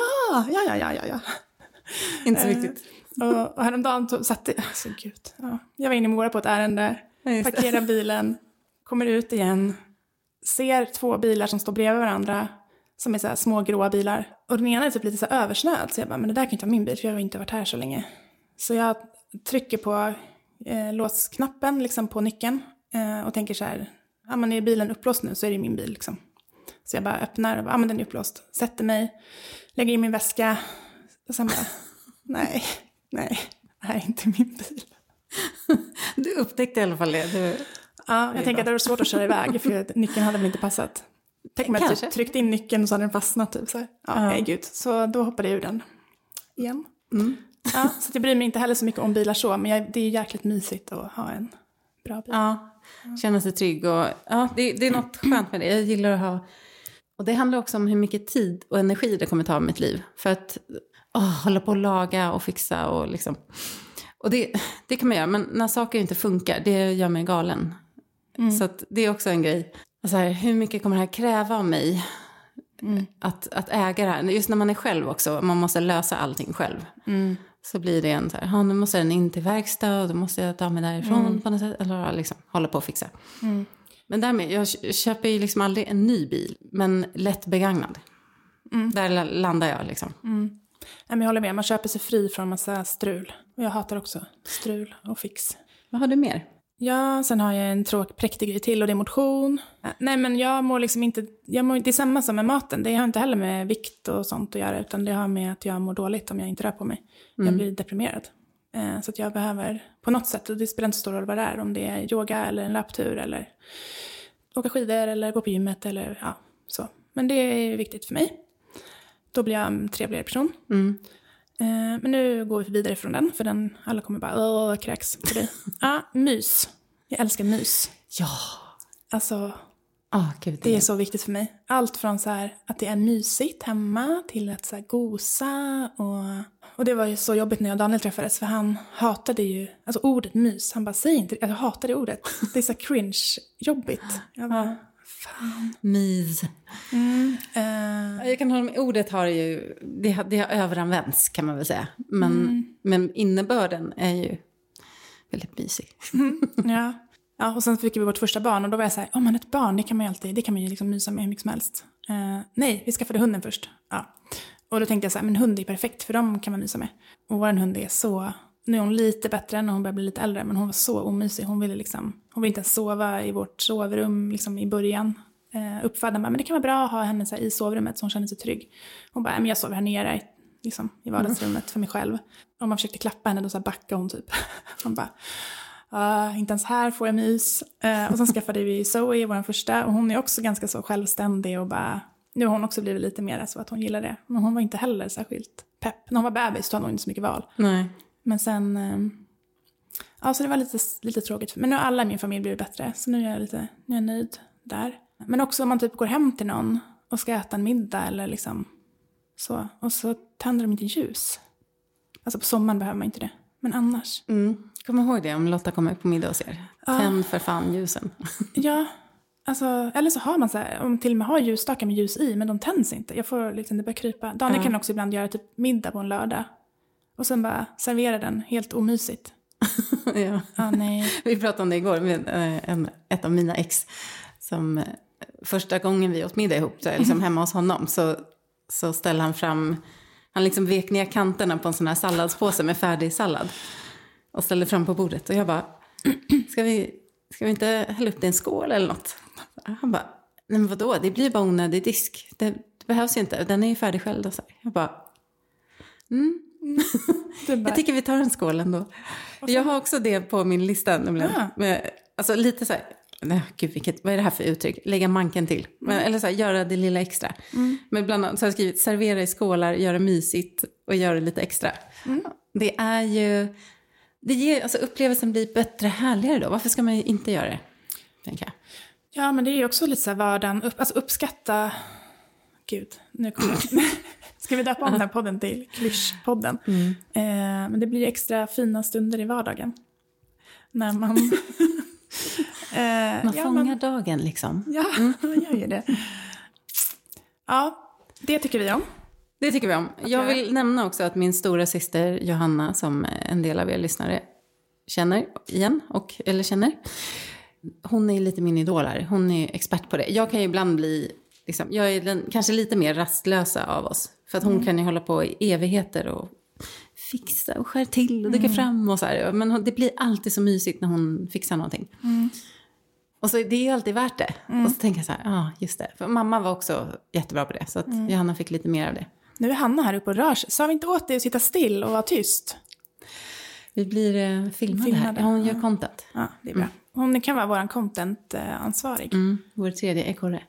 ja. Inte så viktigt. Och häromdagen satt jag var inne i Mora på ett ärende, parkerar bilen, kommer ut igen, ser 2 bilar som står bredvid varandra, som är så här små gråa bilar. Och den ena är typ lite så här översnöd, så jag bara, men det där kan inte vara min bil för jag har inte varit här så länge. Så jag trycker på låsknappen liksom på nyckeln och tänker så här, men är bilen upplåst nu så är det min bil liksom. Så jag bara öppnar och bara, men den är upplåst. Sätter mig, lägger in min väska och sen bara, nej, det här är inte min bil. Du upptäckte i alla fall det. Ja, jag tänker att det var svårt att köra iväg för nyckeln hade väl inte passat. Tänk om jag tryckt in nyckeln och så hade den fastnat typ så här. Nej gud. Så då hoppade jag ur den igen. Ja, så jag bryr mig inte heller så mycket om bilar så, men det är jäkligt mysigt att ha en bra bil. Ja, känna sig trygg och det är något skönt med det. Jag gillar att ha, och det handlar också om hur mycket tid och energi det kommer ta i mitt liv. För att hålla på och laga och fixa och liksom. Och det kan man göra, men när saker inte funkar, det gör mig galen. Så att det är också en grej. Alltså här, hur mycket kommer det här kräva av mig att äga det här? Just när man är själv också, man måste lösa allting själv. Så blir det en så här, nu måste den in till verkstad och då måste jag ta mig därifrån på något sätt. Eller liksom hålla på och fixa. Men därmed, jag köper ju liksom aldrig en ny bil, men lätt begagnad. Där landar jag liksom. Jag håller med, man köper sig fri från en massa strul. Och jag hatar också strul och fix. Vad har du mer? Ja, sen har jag en präktig grej till och det är motion. Nej, men jag mår liksom inte... det är samma som med maten. Det har inte heller med vikt och sånt att göra. Utan det har med att jag mår dåligt om jag inte rör på mig. Jag blir deprimerad. Så att jag behöver på något sätt... Och det spelar inte så stor roll vad det är. Om det är yoga eller en löptur eller åka skidor eller gå på gymmet eller så. Men det är viktigt för mig. Då blir jag en trevligare person. Men nu går vi vidare från den. För alla kommer bara kräks på dig. Mys. Jag älskar mys. Ja. Alltså, Gud, det är så viktigt för mig. Allt från så här att det är mysigt hemma till att så här gosa. Och det var ju så jobbigt när jag och Daniel träffades. För han hatade ju, alltså ordet mys. Han bara, säg inte, jag hatar det ordet. Det är så cringe-jobbigt. Jag bara, fan. Mys. Jag kan hålla med, ordet har ju, det har överanvänts kan man väl säga. Men innebörden är ju väldigt mysig. Ja, och sen fick vi vårt första barn och då var jag så här, ett barn, det kan man ju liksom mysa med hur mycket som helst. Nej, vi skaffade hunden först. Ja. Och då tänkte jag så här, men hund är perfekt för dem kan man mysa med. Och vår hund är så, nu är hon lite bättre när hon börjar bli lite äldre, men hon var så omysig. Hon ville inte ens sova i vårt sovrum liksom i början. Uppfadden bara, men det kan vara bra att ha henne så här, i sovrummet så hon känner sig trygg. Hon bara, men jag sover här nere liksom, i vardagsrummet för mig själv. Och man försökte klappa henne, då så här backade hon typ. Hon bara, inte ens här får jag mys. Och sen skaffade vi Zoe, vår första. Och hon är också ganska så självständig och bara... Nu har hon också blivit lite mer så att hon gillar det. Men hon var inte heller särskilt pepp. När hon var bebis så hade hon inte så mycket val. Nej. Men sen... så det var lite tråkigt. Men nu har alla i min familj blivit bättre. Så nu är jag nöjd där. Men också om man typ går hem till någon och ska äta en middag eller liksom så. Och så tänder de inte ljus. Alltså på sommaren behöver man inte det. Men annars. Kom ihåg det om Lotta kommer på middag och ser. Tänd för fan ljusen. Ja, alltså, eller så har man så här, om till och med har ljusstakar med ljus i, men de tänds inte. Jag får liksom, det börjar krypa. Daniel kan också ibland göra typ middag på en lördag. Och sen bara servera den helt omysigt. Nej. Vi pratade om det igår med ett av mina ex. Som första gången vi åt middag ihop, så liksom hemma hos honom, så ställer han Han liksom vek ner kanterna på en sån här salladspåse med färdig sallad. Och ställde fram på bordet. Och jag bara, ska vi inte hälla upp det i en skål eller något? Han bara, nej men vadå? Det blir bara onödig disk. Det behövs ju inte. Den är ju färdig själv då. Så jag bara, jag tycker vi tar en skål ändå. Jag har också det på min lista. Med, alltså lite så här, nej gud vad är det här för uttryck? Lägga manken till. Men, eller så här, göra det lilla extra. Men bland annat så har jag skrivit, servera i skålar, göra mysigt och göra lite extra. Det är ju... Det ger, alltså upplevelsen blir bättre, härligare då. Varför ska man inte göra det, tänker jag? Ja, men det är ju också lite så här vardagen. Alltså uppskatta... Gud, nu kommer jag... Ska vi döpa om den här podden till Klyschpodden? Men det blir extra fina stunder i vardagen. När man... man fångar dagen liksom. Ja, man gör ju det. Ja, det tycker vi om. Det tycker vi om. Jag vill nämna också att min stora syster Johanna, som en del av er lyssnare känner igen, eller känner. Hon är lite min idolare. Hon är expert på det. Jag kan ju ibland bli, liksom, jag är den kanske lite mer rastlösa av oss. För att hon kan ju hålla på i evigheter och fixa och skär till och dyka fram och så här. Men det blir alltid så mysigt när hon fixar någonting. Och så det är ju alltid värt det. Och så tänker jag så här, just det. För mamma var också jättebra på det. Så att Johanna fick lite mer av det. Nu är Hanna här uppe och rör sig. Sa vi inte åt dig att sitta still och vara tyst? Vi blir filmade här. Ja, hon gör content. Ja, det är bra. Hon kan vara vår content-ansvarig. Vår tredje ekorre.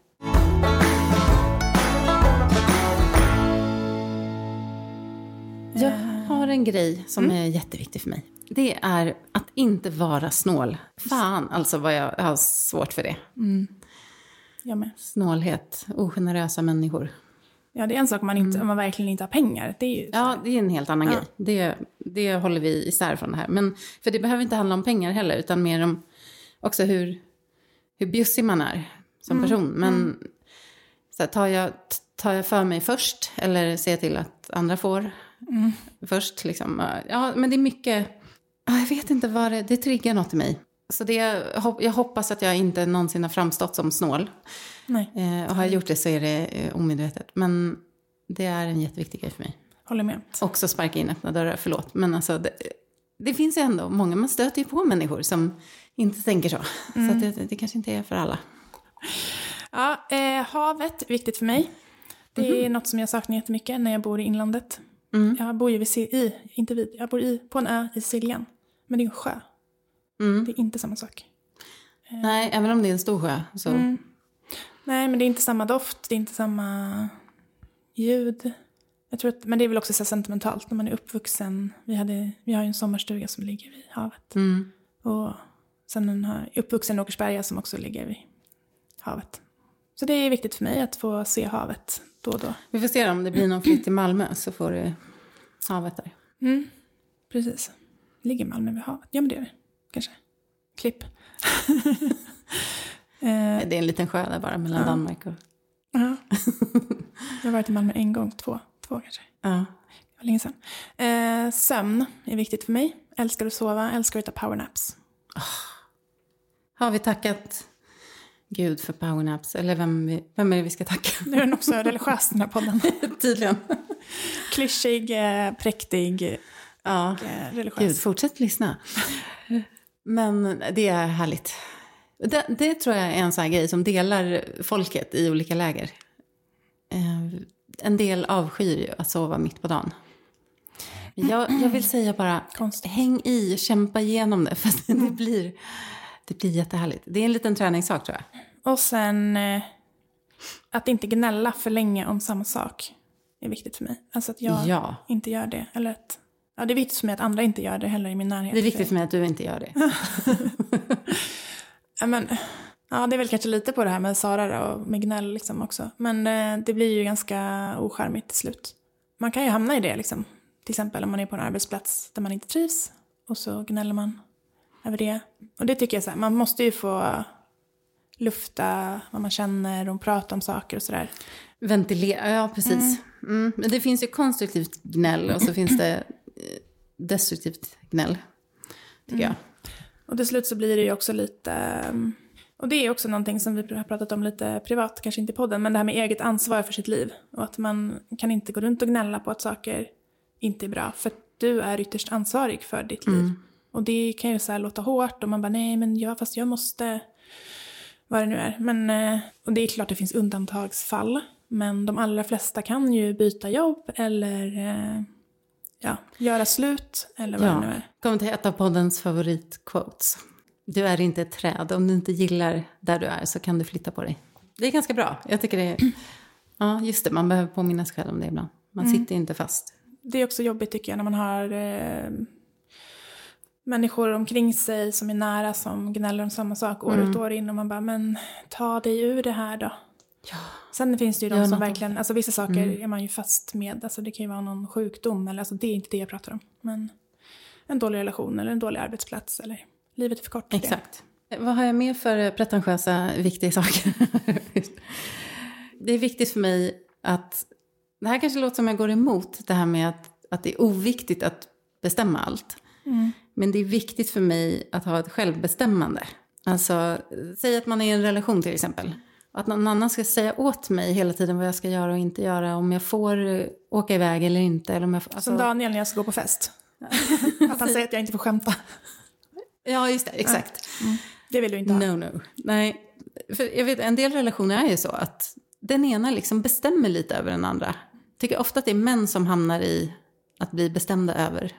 Jag har en grej som är jätteviktig för mig. Det är att inte vara snål. Fan, alltså vad jag har svårt för det. Jag med. Snålhet, ogenerösa människor. Ja, det är en sak om man verkligen inte har pengar. Det är ju det är en helt annan grej. Det håller vi isär från det här. Men, för det behöver inte handla om pengar heller, utan mer om också hur bjussig man är som person. Men så här, tar jag för mig först eller ser till att andra får först liksom. Ja, men det är mycket, jag vet inte vad det triggar något i mig. Så jag hoppas att jag inte någonsin har framstått som snål. Nej. Och har jag gjort det så är det omedvetet. Men det är en jätteviktig grej för mig. Håller med. Också sparka in öppna dörrar, förlåt. Men alltså, det finns ju ändå många, man stöter ju på människor som inte tänker så. Så att det kanske inte är för alla. Ja, havet, viktigt för mig. Det är något som jag saknar jättemycket när jag bor i inlandet. Jag bor ju jag bor på en ö i Siljan. Men det är en sjö. Det är inte samma sak. Nej, även om det är en stor sjö. Så. Nej, men det är inte samma doft. Det är inte samma ljud. Jag tror men det är väl också så sentimentalt när man är uppvuxen. Vi har ju en sommarstuga som ligger vid havet. Och sen har uppvuxen i Åkersberga som också ligger vid havet. Så det är viktigt för mig att få se havet då och då. Vi får se om det blir någon flytt till Malmö så får du havet där. Precis. Ligger Malmö vid havet? Ja, men det är det. Kanske. Klipp. Det är en liten sjö där bara mellan Danmark och... Ja. Jag har varit i Malmö en gång, två kanske. Ja. Det var länge sedan. Sömn är viktigt för mig. Älskar att sova, älskar att ta powernaps. Har vi tackat Gud för powernaps? Eller vem är det vi ska tacka? Nu är den också religiös, den här podden. Tydligen. Klyschig, präktig och religiös. Gud, fortsätt lyssna. Men det är härligt. Det tror jag är en sån här grej som delar folket i olika läger. En del avskyr ju att sova mitt på dagen. Jag vill säga bara, häng i, kämpa igenom det. För det blir jättehärligt. Det är en liten träningssak tror jag. Och sen att inte gnälla för länge om samma sak är viktigt för mig. Alltså att jag inte gör det. Eller att, det är viktigt för mig att andra inte gör det heller i min närhet. Det är viktigt för mig att du inte gör det. Det är väl kanske lite på det här med Sara och med gnäll liksom också. Men det blir ju ganska oskärmigt till slut. Man kan ju hamna i det liksom. Till exempel om man är på en arbetsplats där man inte trivs. Och så gnäller man över det. Och det tycker jag så här, man måste ju få lufta vad man känner och prata om saker och sådär. Ventilera, ja precis. Men det finns ju konstruktivt gnäll och så finns det destruktivt gnäll, tycker jag. Och till slut så blir det ju också lite Och det är också någonting som vi har pratat om lite privat, kanske inte i podden, men det här med eget ansvar för sitt liv. Och att man kan inte gå runt och gnälla på att saker inte är bra, för du är ytterst ansvarig för ditt liv. Och det kan ju så här låta hårt och man bara nej men fast jag måste, vad det nu är. Men, och det är klart det finns undantagsfall, men de allra flesta kan ju byta jobb eller göra slut eller vad det nu är. Kom till ett av poddens favoritquotes. Du är inte ett träd. Om du inte gillar där du är så kan du flytta på dig. Det är ganska bra. Jag tycker det är... Ja, just det. Man behöver påminna sig själv om det ibland. Man sitter inte fast. Det är också jobbigt tycker jag när man har människor omkring sig som är nära som gnäller om samma sak år ut år in. Och man bara, men ta dig ur det här då. Ja. Sen finns det ju de som verkligen... Alltså vissa saker är man ju fast med. Alltså det kan ju vara någon sjukdom. Eller, alltså det är inte det jag pratar om. Men en dålig relation eller en dålig arbetsplats eller... Livet är för kort. Exakt. Vad har jag mer för pretentiösa, viktiga saker? Det är viktigt för mig att... Det här kanske låter som jag går emot det här med att det är oviktigt att bestämma allt. Men det är viktigt för mig att ha ett självbestämmande. Alltså, säg att man är i en relation till exempel. Att någon annan ska säga åt mig hela tiden vad jag ska göra och inte göra. Om jag får åka iväg eller inte. Eller om jag får, alltså... Som Daniel när jag ska gå på fest. Att han säger att jag inte får skämta. Ja, just det. Exakt. Det vill du inte ha. No. Nej, för jag vet, en del relationer är ju så att den ena liksom bestämmer lite över den andra. Jag tycker ofta att det är män som hamnar i att bli bestämda över.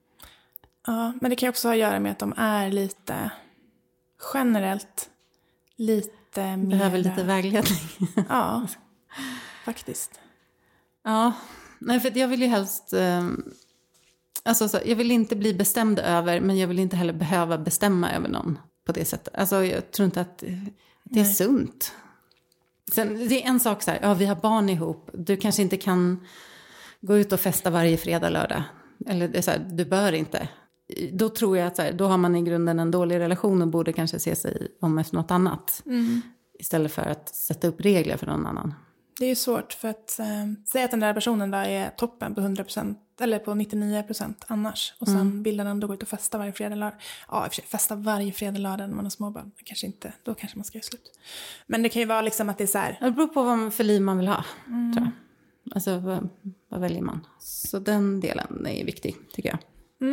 Ja, men det kan också ha att göra med att de är lite generellt lite mer... Behöver lite vägledning. Ja, faktiskt. Ja, nej, för jag vill ju helst... Alltså, så, jag vill inte bli bestämd över, men jag vill inte heller behöva bestämma över någon på det sättet. Alltså, jag tror inte att det är sunt. Sen, det är en sak så här, vi har barn ihop. Du kanske inte kan gå ut och festa varje fredag, lördag. Eller det är så här, du bör inte. Då tror jag att så här, då har man i grunden en dålig relation och borde kanske se sig om efter något annat. Istället för att sätta upp regler för någon annan. Det är ju svårt för att säga att den där personen där är toppen på 100% eller på 99% annars. Och sen vill den ändå gå ut och festa varje fredag lördag. Ja, i och för sig, festa varje fredag lördag när man har småbarn. Kanske inte, då kanske man ska göra slut. Men det kan ju vara liksom att det är så här. Det beror på vad för liv man vill ha, tror jag. Alltså, vad väljer man? Så den delen är viktig, tycker jag.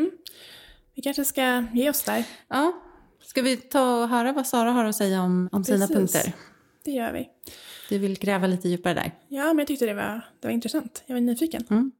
Vi kanske ska ge oss där. Ja, ska vi ta och höra vad Sara har att säga om sina punkter? Det gör vi. Du vill gräva lite djupare där? Ja, men jag tyckte det var intressant. Jag var nyfiken.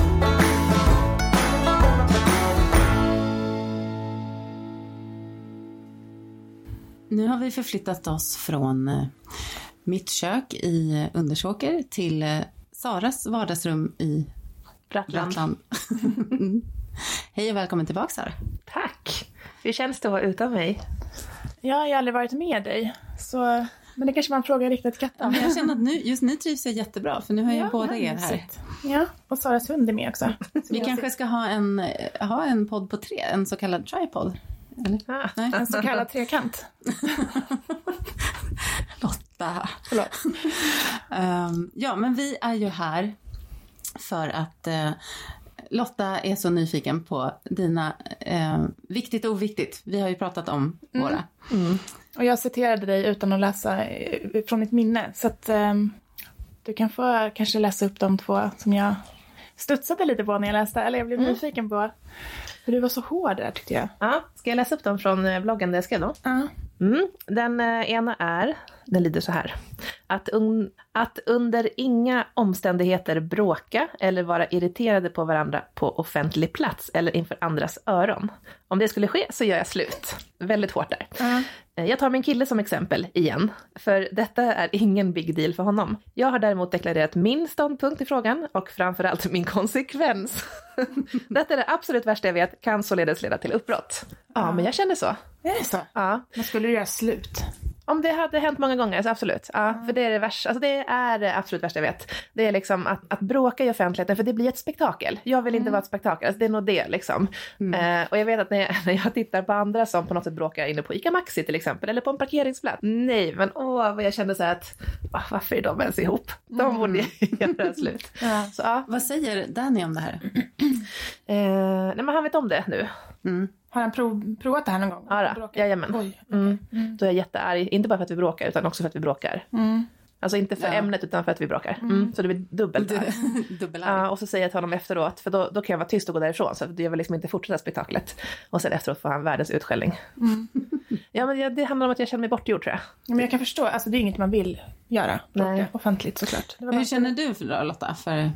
Nu har vi förflyttat oss från mitt kök i Undersåker till Saras vardagsrum i Brattland. Hej och välkommen tillbaka, Sara. Tack. Hur känns det att vara utan mig? Jag har aldrig varit med dig, så... Men det kanske man frågar riktigt katten. Ja, jag känner att just nu trivs jag jättebra, för nu har jag båda er här. Ja, och Saras hund är med också. Vi kanske ska ha en podd på 3, en så kallad tripod. Eller? Nej? En så kallad trekant. Lotta. Ja, men vi är ju här för att Lotta är så nyfiken på dina viktigt och oviktigt. Vi har ju pratat om våra. Och jag citerade dig utan att läsa från mitt minne. Så att du kan få kanske läsa upp de 2 som jag studsade lite på när jag läste. Eller jag blev nyfiken på. För du var så hård där, tyckte jag. Ja, ska jag läsa upp dem från bloggen där jag skrev då? Ja. Den ena den lyder så här. Att under inga omständigheter bråka eller vara irriterade på varandra på offentlig plats eller inför andras öron. Om det skulle ske så gör jag slut. Väldigt hårt där. Jag tar min kille som exempel igen. För detta är ingen big deal för honom. Jag har däremot deklarerat min ståndpunkt i frågan och framförallt min konsekvens. Detta är det absolut värsta jag vet, kan således leda till uppbrott. Ja, men jag känner så. Är det så? Ja. Men skulle du göra slut? Om det hade hänt många gånger så absolut. Ja, för det är det värsta. Alltså det är det absolut värsta jag vet. Det är liksom att bråka i offentligheten, för det blir ett spektakel. Jag vill inte vara ett spektakel. Alltså det är nog det liksom. Och jag vet att när jag tittar på andra som på något sätt bråkar inne på ICA Maxi till exempel, eller på en parkeringsplats. Nej, men vad jag kände så här att varför är de ens ihop? De borde göra slut. Ja. Så, ja. Vad säger Danny om det här? Nej, men han vet om det nu. Har han provat det här någon gång? Ja, jajamän. Oj. Då är jag jättearg, inte bara för att vi bråkar utan också för att vi bråkar. Alltså inte för ämnet utan för att vi bråkar. Så det blir dubbelt arg. Och så säger jag till honom efteråt, för då kan jag vara tyst och gå därifrån, så jag vill liksom inte fortsätta spektaklet. Och sen efteråt får han världens utskällning. Ja, men det handlar om att jag känner mig bortgjord, tror jag. Ja, men jag kan förstå, alltså det är inget man vill göra. Nej. Offentligt såklart. Hur känner du för då, Lotta?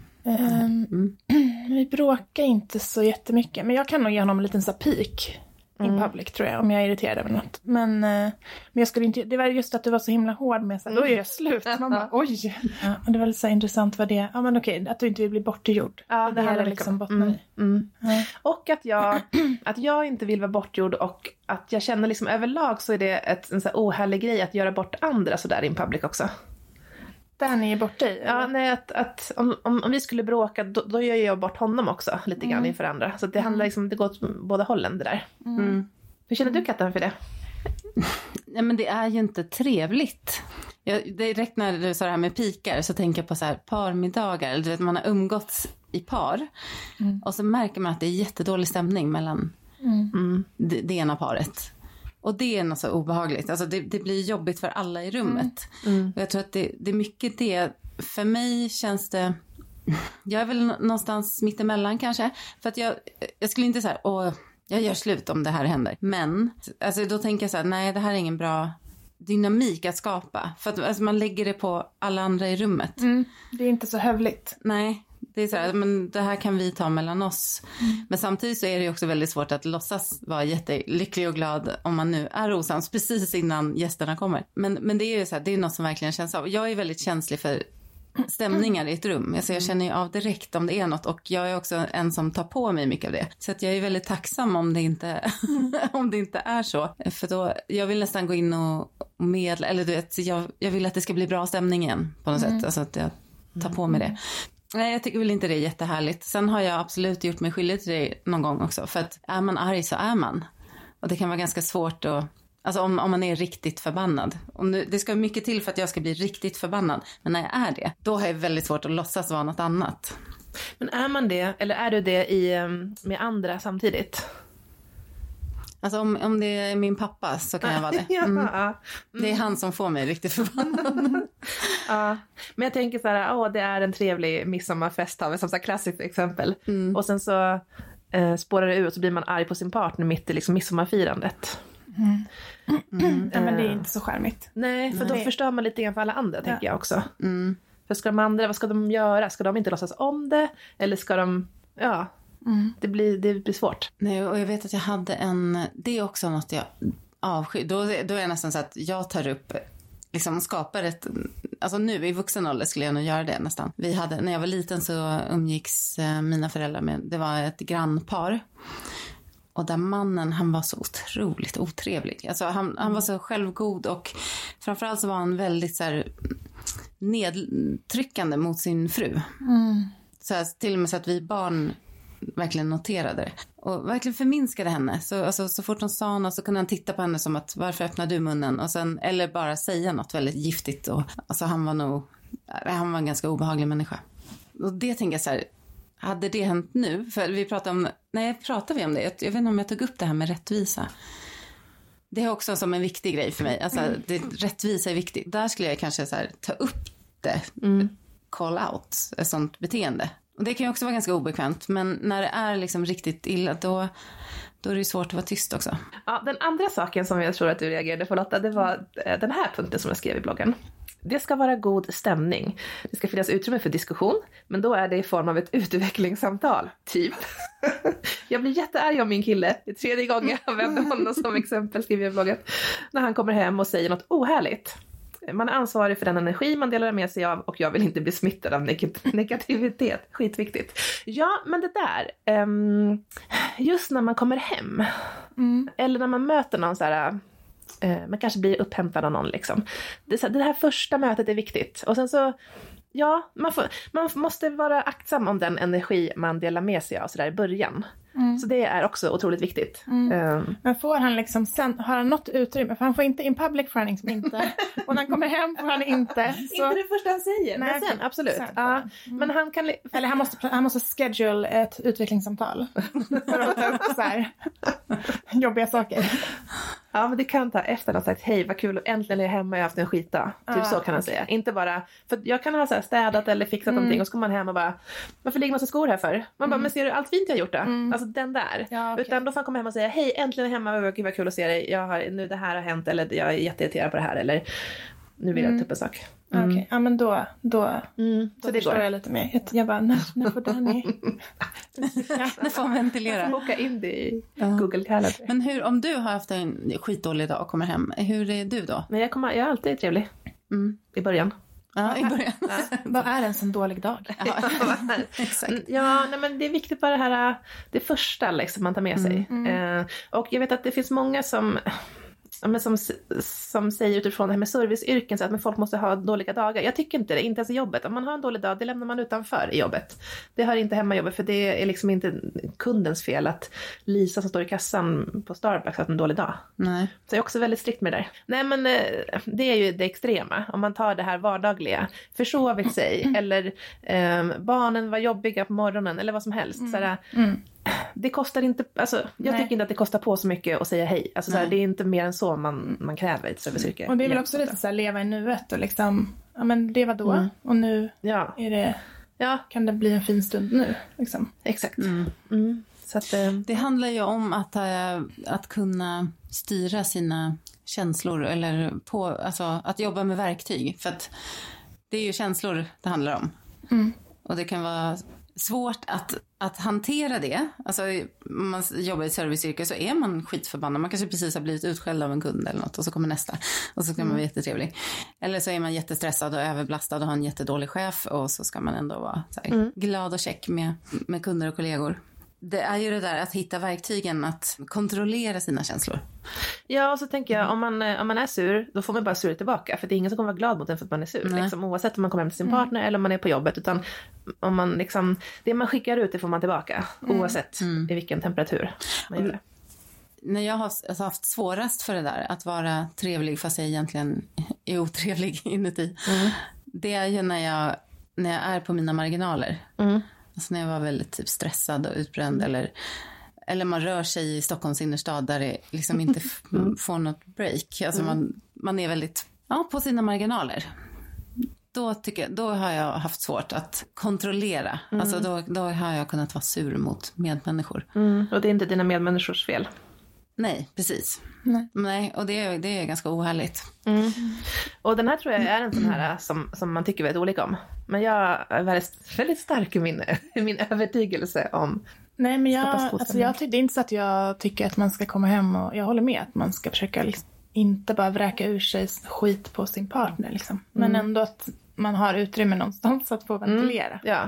Vi bråkar inte så jättemycket, men jag kan nog ge honom en liten pik in public, tror jag, om jag är irriterad över något. Men jag skulle inte, det var just att du var så himla hård med så här, då är jag slut. Man bara, oj. Ja, och det var lite så intressant vad det, ja men okej, att du inte vill bli bortgjord. Ja, det här är liksom bottnar i. Och att jag inte vill vara bortgjord, och att jag känner liksom överlag så är det en så här ohärlig grej att göra bort andra så där in public också. Där ni är borta i? Ja, nej, att om vi skulle bråka, då gör jag bort honom också lite grann inför andra. Så det handlar liksom, det går åt båda hållen det där. Hur känner du, Katta, för det? Nej, men det är ju inte trevligt. Direkt när du sa det här med pikar så tänker jag på så här parmiddagar. Eller du vet, man har umgåtts i par. Och så märker man att det är jättedålig stämning mellan det ena paret. Och det är något så obehagligt. Alltså det blir jobbigt för alla i rummet. Och jag tror att det är mycket det. För mig känns det... Jag är väl någonstans mittemellan kanske. För att jag skulle inte säga, jag gör slut om det här händer. Men alltså, då tänker jag så här, nej, det här är ingen bra dynamik att skapa. För att alltså, man lägger det på alla andra i rummet. Det är inte så hövligt. Nej. Det är så här, men det här kan vi ta mellan oss. Men samtidigt så är det ju också väldigt svårt att låtsas vara jättelycklig och glad om man nu är osams precis innan gästerna kommer. Men det är ju så här, det är något som verkligen känns av. Jag är väldigt känslig för stämningar i ett rum. Alltså jag känner ju av direkt om det är något, och jag är också en som tar på mig mycket av det. Så att jag är väldigt tacksam om det inte om det inte är så. För då, jag vill nästan gå in och medla, eller du vet, jag vill att det ska bli bra stämning igen på något sätt. Alltså att jag tar på mig det. Nej, jag tycker väl inte det är jättehärligt. Sen har jag absolut gjort mig skyldig till det någon gång också. För att är man arg så är man. Och det kan vara ganska svårt att... Alltså om man är riktigt förbannad. Det ska mycket till för att jag ska bli riktigt förbannad. Men när jag är det, då har jag väldigt svårt att låtsas vara något annat. Men är man det, eller är du det med andra samtidigt? Alltså om det är min pappa så kan jag vara det. Det är han som får mig riktigt förbannad. Ja, men jag tänker så här, det är en trevlig midsommarfest, har vi som så här klassiskt exempel. Och sen så spårar det ut och så blir man arg på sin partner mitt i liksom midsommarfirandet. Men det är inte så charmigt. Nej, för då förstör man lite grann för alla andra, tänker jag också. För ska de andra, vad ska de göra? Ska de inte låtsas om det? Eller ska de, det blir svårt. Nej, och jag vet att jag hade det är också något jag avskyr. Då är jag nästan så att jag tar upp, liksom skapar ett, alltså nu i vuxen ålder skulle jag nog göra det nästan. När jag var liten så umgicks mina föräldrar med, det var ett grannpar. Och där mannen, han var så otroligt otrevlig. Alltså han var så självgod, och framförallt så var han väldigt så här nedtryckande mot sin fru. Så här, till och med så att vi barn verkligen noterade det. Och verkligen förminskade henne. Så fort hon sa något så kunde han titta på henne som att, varför öppnar du munnen? Och sen, eller bara säga något väldigt giftigt. Och, alltså han var en ganska obehaglig människa. Och det tänker jag så här, hade det hänt nu? För pratar vi om det? Jag vet inte om jag tog upp det här med rättvisa. Det är också som en viktig grej för mig. Alltså, rättvisa är viktigt. Där skulle jag kanske så här, ta upp det. Call out ett sånt beteende. Och det kan ju också vara ganska obekvämt. Men när det är liksom riktigt illa, då är det svårt att vara tyst också. Ja, den andra saken som jag tror att du reagerade på, Lotta, det var den här punkten som jag skrev i bloggen. Det ska vara god stämning. Det ska finnas utrymme för diskussion, men då är det i form av ett utvecklingssamtal, typ. Jag blir jättearg om min kille. Det är 3:e gången jag använder honom som exempel, skriver jag i bloggen. När han kommer hem och säger något ohärligt. Man är ansvarig för den energi man delar med sig av, och jag vill inte bli smittad av negativitet. Skitviktigt. Ja, men det där, just när man kommer hem, eller när man möter någon så här, man kanske blir upphämtad av någon liksom. Det här första mötet är viktigt. Och sen så Ja, man måste vara aktsam om den energi man delar med sig av sådär i början. Så det är också otroligt viktigt. Men får han liksom sen, har han något utrymme? För han får inte in public, får han liksom inte. Och när han kommer hem får han inte. Så... Inte det första han säger, men sen absolut. Sen, men han kan... Eller han måste schedule ett utvecklingssamtal. För att ta upp så här jobbiga saker. Ja, men det kan ta efter att ha sagt hej, vad kul, äntligen är jag hemma, jag har haft en skitdag. Typ så kan han säga. Inte bara, för jag kan ha så här städat eller fixat någonting och så kommer man hem och bara, varför ligger massa skor här för? Man bara, men ser du allt fint jag har gjort då? Alltså den där. Ja, okay. Utan då får han komma hem och säga, hej, äntligen är jag hemma, gud vad kul att se dig. Nu det här har hänt, eller jag är jätteirriterad på det här, eller nu vill jag ta upp en sak. Okej, ja men då så det förstår går. Jag lite mer. Jag bara, när får Danny? Nu får man ventilera. Jag får boka in det i Google Calendar. Men hur, om du har haft en skitdålig dag och kommer hem, hur är du då? Men jag är alltid trevlig. I början. Ja, i början. Vad är en sån dålig dag? Exakt. Ja, nej, men det är viktigt bara det här, det första liksom man tar med sig. Och jag vet att det finns många som säger utifrån det här med serviceyrken så att men folk måste ha dåliga dagar. Jag tycker inte det, inte ens i jobbet. Om man har en dålig dag, det lämnar man utanför i jobbet. Det hör inte hemma i jobbet, för det är liksom inte kundens fel att Lisa som står i kassan på Starbucks har en dålig dag. Nej. Så jag är också väldigt strikt med det där. Nej, men det är ju det extrema. Om man tar det här vardagliga, försovit sig eller barnen var jobbiga på morgonen eller vad som helst. Sådär, det kostar inte, alltså jag tycker inte att det kostar på så mycket att säga hej. Alltså såhär, det är inte mer än så man kräver ett serviceyrke. Och det är väl också lite såhär leva i nuet och liksom, ja men det var då och nu är det, kan det bli en fin stund nu liksom. Exakt. Så att, det handlar ju om att kunna styra sina känslor eller alltså att jobba med verktyg, för att det är ju känslor det handlar om. Och det kan vara svårt att hantera det. Alltså om man jobbar i ett serviceyrke så är man skitförbannad. Man kanske precis har blivit utskälld av en kund eller något och så kommer nästa. Och så ska man vara jättetrevlig. Eller så är man jättestressad och överbelastad och har en jättedålig chef och så ska man ändå vara så här, glad och check med kunder och kollegor. Det är ju det där att hitta verktygen att kontrollera sina känslor. Ja, och så tänker jag, om man är sur, då får man bara sur tillbaka. För det är ingen som kommer vara glad mot en för att man är sur. Liksom, oavsett om man kommer hem till sin partner eller om man är på jobbet. Utan om man liksom, det man skickar ut det får man tillbaka. Oavsett i vilken temperatur man gör det. När jag har haft svårast för det där, att vara trevlig fast jag egentligen är otrevlig inuti. Det är ju när jag är på mina marginaler. Alltså när jag var väldigt typ stressad och utbränd eller man rör sig i Stockholms innerstad där det liksom inte får något break. Alltså man är väldigt på sina marginaler. Då har jag haft svårt att kontrollera. Alltså då har jag kunnat vara sur mot medmänniskor. Och det är inte dina medmänniskors fel. Nej, precis. Nej, och det är ganska ohärligt. Och den här tror jag är en sån här som man tycker väldigt olika om. Men jag är väldigt, väldigt stark i min övertygelse om. Nej, men det är inte så att jag tycker att man ska komma hem och jag håller med att man ska försöka liksom, inte bara vräka ur sig skit på sin partner liksom. Men ändå att man har utrymme någonstans att få ventilera. Ja.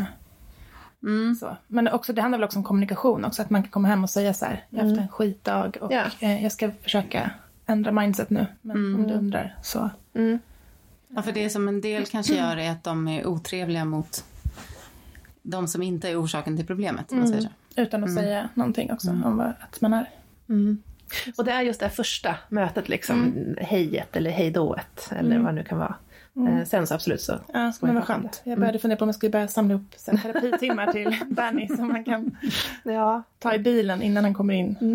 Så. Men också, det handlar väl också om kommunikation också, att man kan komma hem och säga så här, jag har haft en skitdag och jag ska försöka ändra mindset nu, men om du undrar så. Ja, för det som en del kanske gör är att de är otrevliga mot de som inte är orsaken till problemet, om man säger så. Utan att säga någonting också om att man är. Och det är just det här första mötet liksom, hejet eller hejdået eller vad det nu kan vara. Sen så absolut så. Ja, men vad skönt. Jag började fundera på om jag skulle börja samla upp terapitimmar till Danny som man kan ta i bilen innan han kommer in.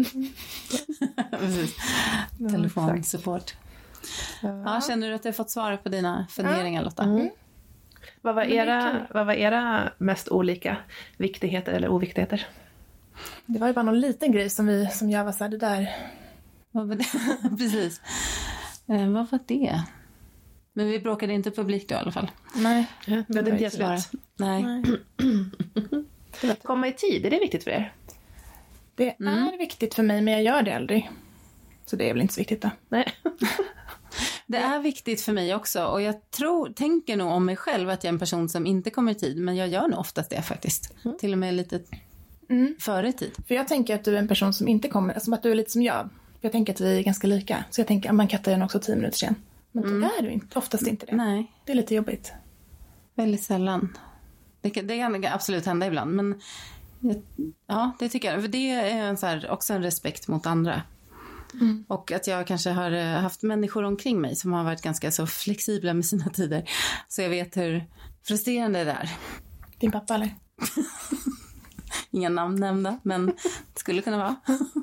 Telefonsupport. Ja, känner du att du har fått svara på dina funderingar, Lotta? Vad var era mest olika viktigheter eller oviktigheter? Det var ju bara någon liten grej som jag var så här, det där. Vad var det? Precis. Vad var det? Men vi bråkade inte publikt då i alla fall. Nej. Det hade inte svara. Nej. Komma i tid, är det viktigt för er? Det är viktigt för mig, men jag gör det aldrig. Så det är väl inte så viktigt då. Nej. Det är viktigt för mig också. Och jag tänker nog om mig själv att jag är en person som inte kommer i tid. Men jag gör nog oftast det faktiskt. Till och med lite före tid. För jag tänker att du är en person som inte kommer, som att du är lite som jag. För jag tänker att vi är ganska lika. Så jag tänker att man kattar den också 10 minuter sen. Men det är du inte, oftast inte det. Nej. Det är lite jobbigt. väldigt sällan. Det kan absolut hända ibland, men ja, det tycker jag. För det är också en respekt mot andra. Och att jag kanske har haft människor omkring mig som har varit ganska så flexibla med sina tider. Så jag vet hur frustrerande det är. Din pappa eller? Inga namn nämnda, men det skulle kunna vara.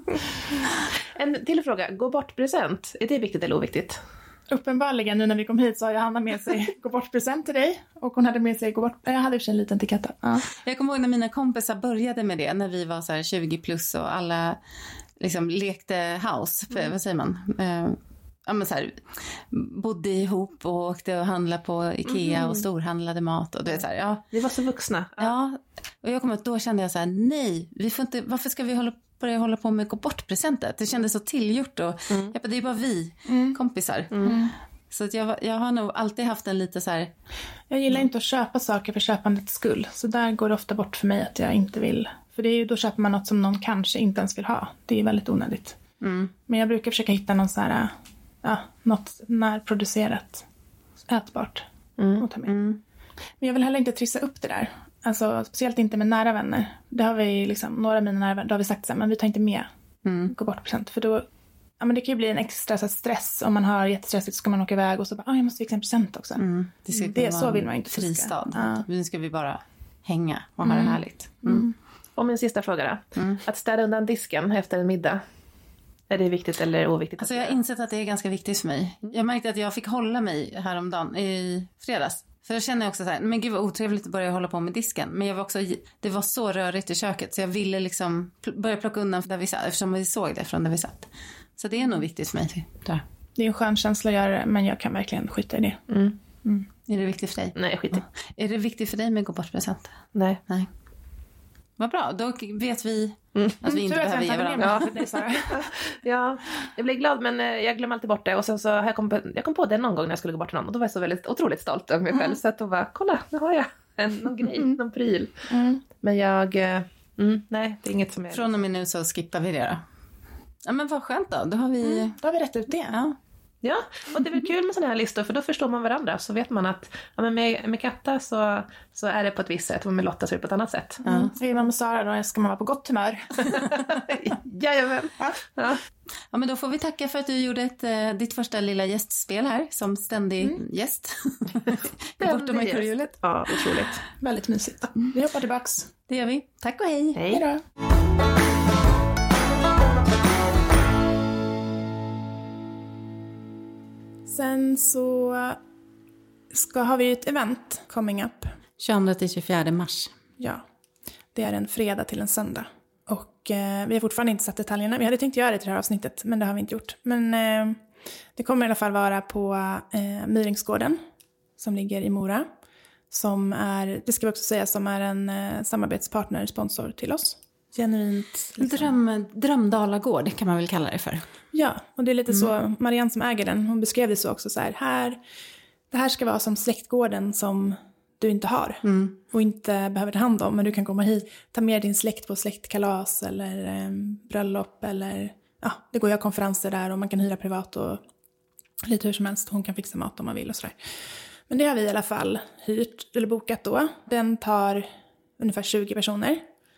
En till fråga, gå bort present. Är det viktigt eller oviktigt? Uppenbarligen, nu när vi kom hit så har Johanna med sig gå bort present till dig. Och hon hade med sig gå bort... Jag hade i och för sig en liten till Katta. Ja. Jag kommer ihåg när mina kompisar började med det. När vi var så här 20 plus och alla liksom lekte house. Vad säger man? Ja, men så här, bodde ihop och åkte och handlade på Ikea och storhandlade mat. Och det är så här, ja. Vi var så vuxna. Ja, och jag kommer då kände jag så här, nej, vi får inte, varför ska vi börja hålla på med gå bort presenter? Det kändes så tillgjort och det är bara vi kompisar. Så att jag har nog alltid haft en lite så här... Jag gillar inte att köpa saker för köpandets skull. Så där går det ofta bort för mig att jag inte vill. För det är ju, då köper man något som någon kanske inte ens vill ha. Det är väldigt onödigt. Men jag brukar försöka hitta någon så här... Ja, något närproducerat, ätbart att ta med. Men jag vill heller inte trissa upp det där. Alltså, speciellt inte med nära vänner. Det har vi liksom, några av mina nära vänner, då har vi sagt så här, men vi tar inte med gå bort present. För då, ja men det kan ju bli en extra så här, stress om man har jättestressigt så ska man åka iväg och så bara, jag måste fixa en present också. Det så vill man inte fristad. Nu ska vi bara hänga och ha det härligt. Och min sista fråga då. Att städa undan disken efter en middag. Är det viktigt eller oviktigt? Alltså jag har insett att det är ganska viktigt för mig. Jag märkte att jag fick hålla mig häromdagen i fredags. För jag känner också så här, men gud vad otrevligt att börja hålla på med disken. Men jag var också, det var så rörigt i köket så jag ville liksom börja plocka undan där vi satt. Eftersom vi såg det från där vi satt. Så det är nog viktigt för mig. Där. Det är en skön känsla att göra det, men jag kan verkligen skita i det. Är det viktigt för dig? Nej, skit i. Är det viktigt för dig med gå bort present? Nej. Vad bra, då vet vi att vi inte behöver ge varandra. Ja, jag blev glad men jag glömde alltid bort det. Och sen så jag kom på det någon gång när jag skulle gå bort till någon. Och då var jag så väldigt otroligt stolt över mig själv. Så att då var kolla, nu har jag någon grej, någon pryl. Men nej, det är inget som jag... Från och med nu så skippar vi det då. Ja men vad skönt då, då har vi rätt ut det. Ja, och det är väl kul med sådana här listor för då förstår man varandra. Så vet man att men med Katta så är det på ett visst sätt och med Lotta så är det på ett annat sätt. Är man med Sara då ska man vara på gott humör. Jajamän. Ja, men då får vi tacka för att du gjorde ditt första lilla gästspel här som ständig gäst. Bortom i kurhjulet. Ja, otroligt. Väldigt mysigt. Vi hoppar tillbaks. Det gör vi. Tack och hej. Hej då. Sen så har vi ett event coming up. 22-24 mars. Ja, det är en fredag till en söndag. Och vi har fortfarande inte satt detaljerna. Vi hade tänkt göra det till det här avsnittet, men det har vi inte gjort. Men det kommer i alla fall vara på Myringsgården som ligger i Mora. Som är, det ska vi också säga, som är en samarbetspartner, sponsor till oss. Genuint. Liksom. Drömdalagård kan man väl kalla det för. Ja, och det är lite så, Marianne som äger den, hon beskrev det så också så här, det här ska vara som släktgården som du inte har och inte behöver ta hand om, men du kan komma hit, ta med din släkt på släktkalas eller bröllop eller, ja, det går ju konferenser där och man kan hyra privat och lite hur som helst, hon kan fixa mat om man vill och sådär. Men det har vi i alla fall hyrt eller bokat då. Den tar ungefär 20 personer.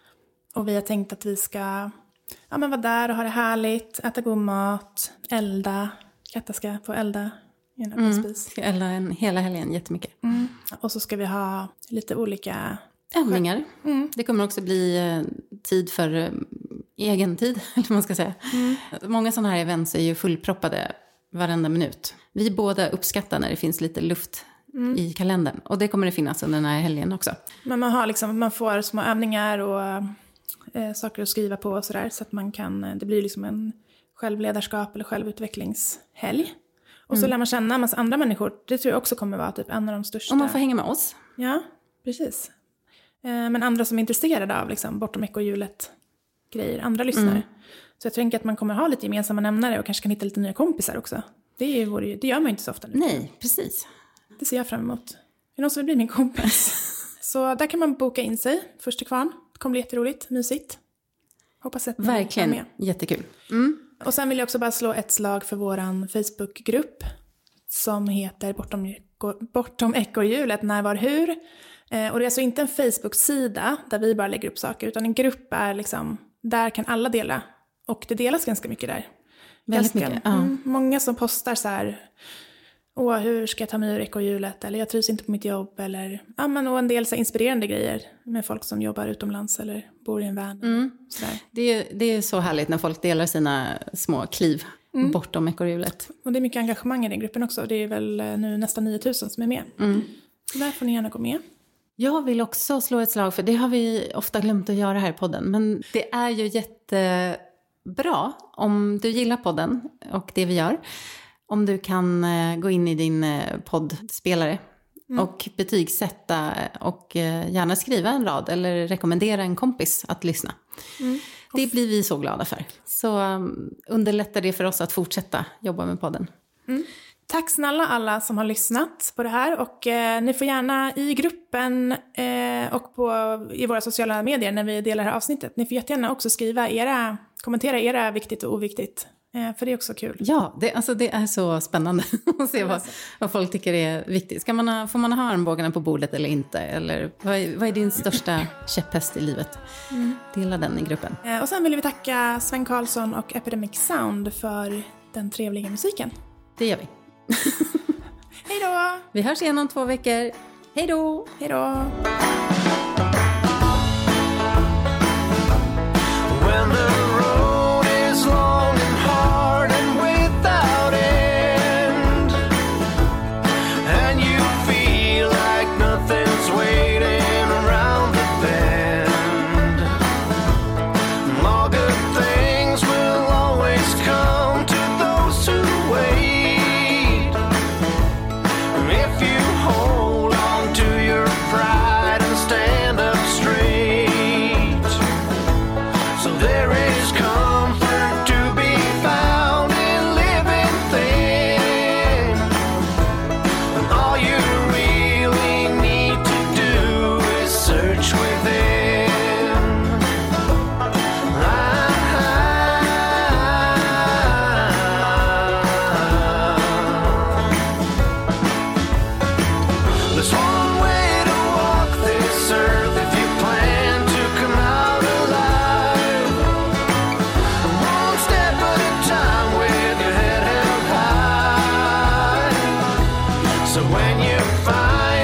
Och vi har tänkt att vi ska vara där och ha det härligt, äta god mat, elda. Katta ska få elda i en öppen spis. Ska elda hela helgen jättemycket. Och så ska vi ha lite olika övningar. Det kommer också bli tid för egen tid, eller vad man ska säga. Många sådana här events är ju fullproppade varenda minut. Vi båda uppskattar när det finns lite luft i kalendern. Och det kommer det finnas under den här helgen också. Men man får små övningar och saker att skriva på och sådär. Så att man kan, det blir liksom en självledarskap eller självutvecklingshelg. Och så lär man känna en massa andra människor. Det tror jag också kommer vara typ en av de största. Och man får hänga med oss. Ja, precis. Men andra som är intresserade av liksom, bortom ekorrhjulet grejer. Andra lyssnare. Så jag tänker att man kommer ha lite gemensamma nämnare och kanske kan hitta lite nya kompisar också. Det gör man ju inte så ofta nu. Nej, precis. Det ser jag fram emot. Är det någon som vill bli min kompis? Så där kan man boka in sig. Först till kvarn. Det kommer bli jätteroligt, mysigt. Hoppas att ni verkligen är med. Jättekul. Och sen vill jag också bara slå ett slag för våran Facebookgrupp som heter Bortom Bortom ekorrhjulet, när, var, hur. Och det är alltså inte en Facebook-sida där vi bara lägger upp saker, utan en grupp är liksom, där kan alla dela. Och det delas ganska mycket där. Väldigt mycket, ja. Många som postar så här, hur ska jag ta mig ur ekorrhjulet? Eller jag trivs inte på mitt jobb. Eller, och en del så inspirerande grejer med folk som jobbar utomlands eller bor i en van. Det är så härligt när folk delar sina små kliv bortom ekorrhjulet. Och det är mycket engagemang i den gruppen också. Det är väl nu nästan 9000 som är med. Så där får ni gärna gå med. Jag vill också slå ett slag, för det har vi ofta glömt att göra här i podden. Men det är ju jättebra om du gillar podden och det vi gör. Om du kan gå in i din poddspelare och betygsätta och gärna skriva en rad eller rekommendera en kompis att lyssna. Det blir vi så glada för. Så underlättar det för oss att fortsätta jobba med podden. Tack snälla alla som har lyssnat på det här. Och ni får gärna i gruppen och i våra sociala medier när vi delar det här avsnittet. Ni får jättegärna också kommentera era viktigt och oviktigt. För det är också kul. Ja, det är så spännande att se vad folk tycker är viktigt. Får man ha armbågarna på bordet eller inte? Eller vad är din största käpphäst i livet? Dela den i gruppen. Och sen vill vi tacka Sven Karlsson och Epidemic Sound för den trevliga musiken. Det gör vi. Hej då! Vi hörs igen om 2 veckor. Hej då! Hej då! When the road is long and hard and without end, and you feel like nothing's waiting around the bend, all good things will always come to those who wait. If you hold on to your pride and stand up straight, so there is comfort to be found in living thin. And all you really need to do is search within. There's one way to walk this earth if you plan to come out alive. One step at a time with your head held high. So when you find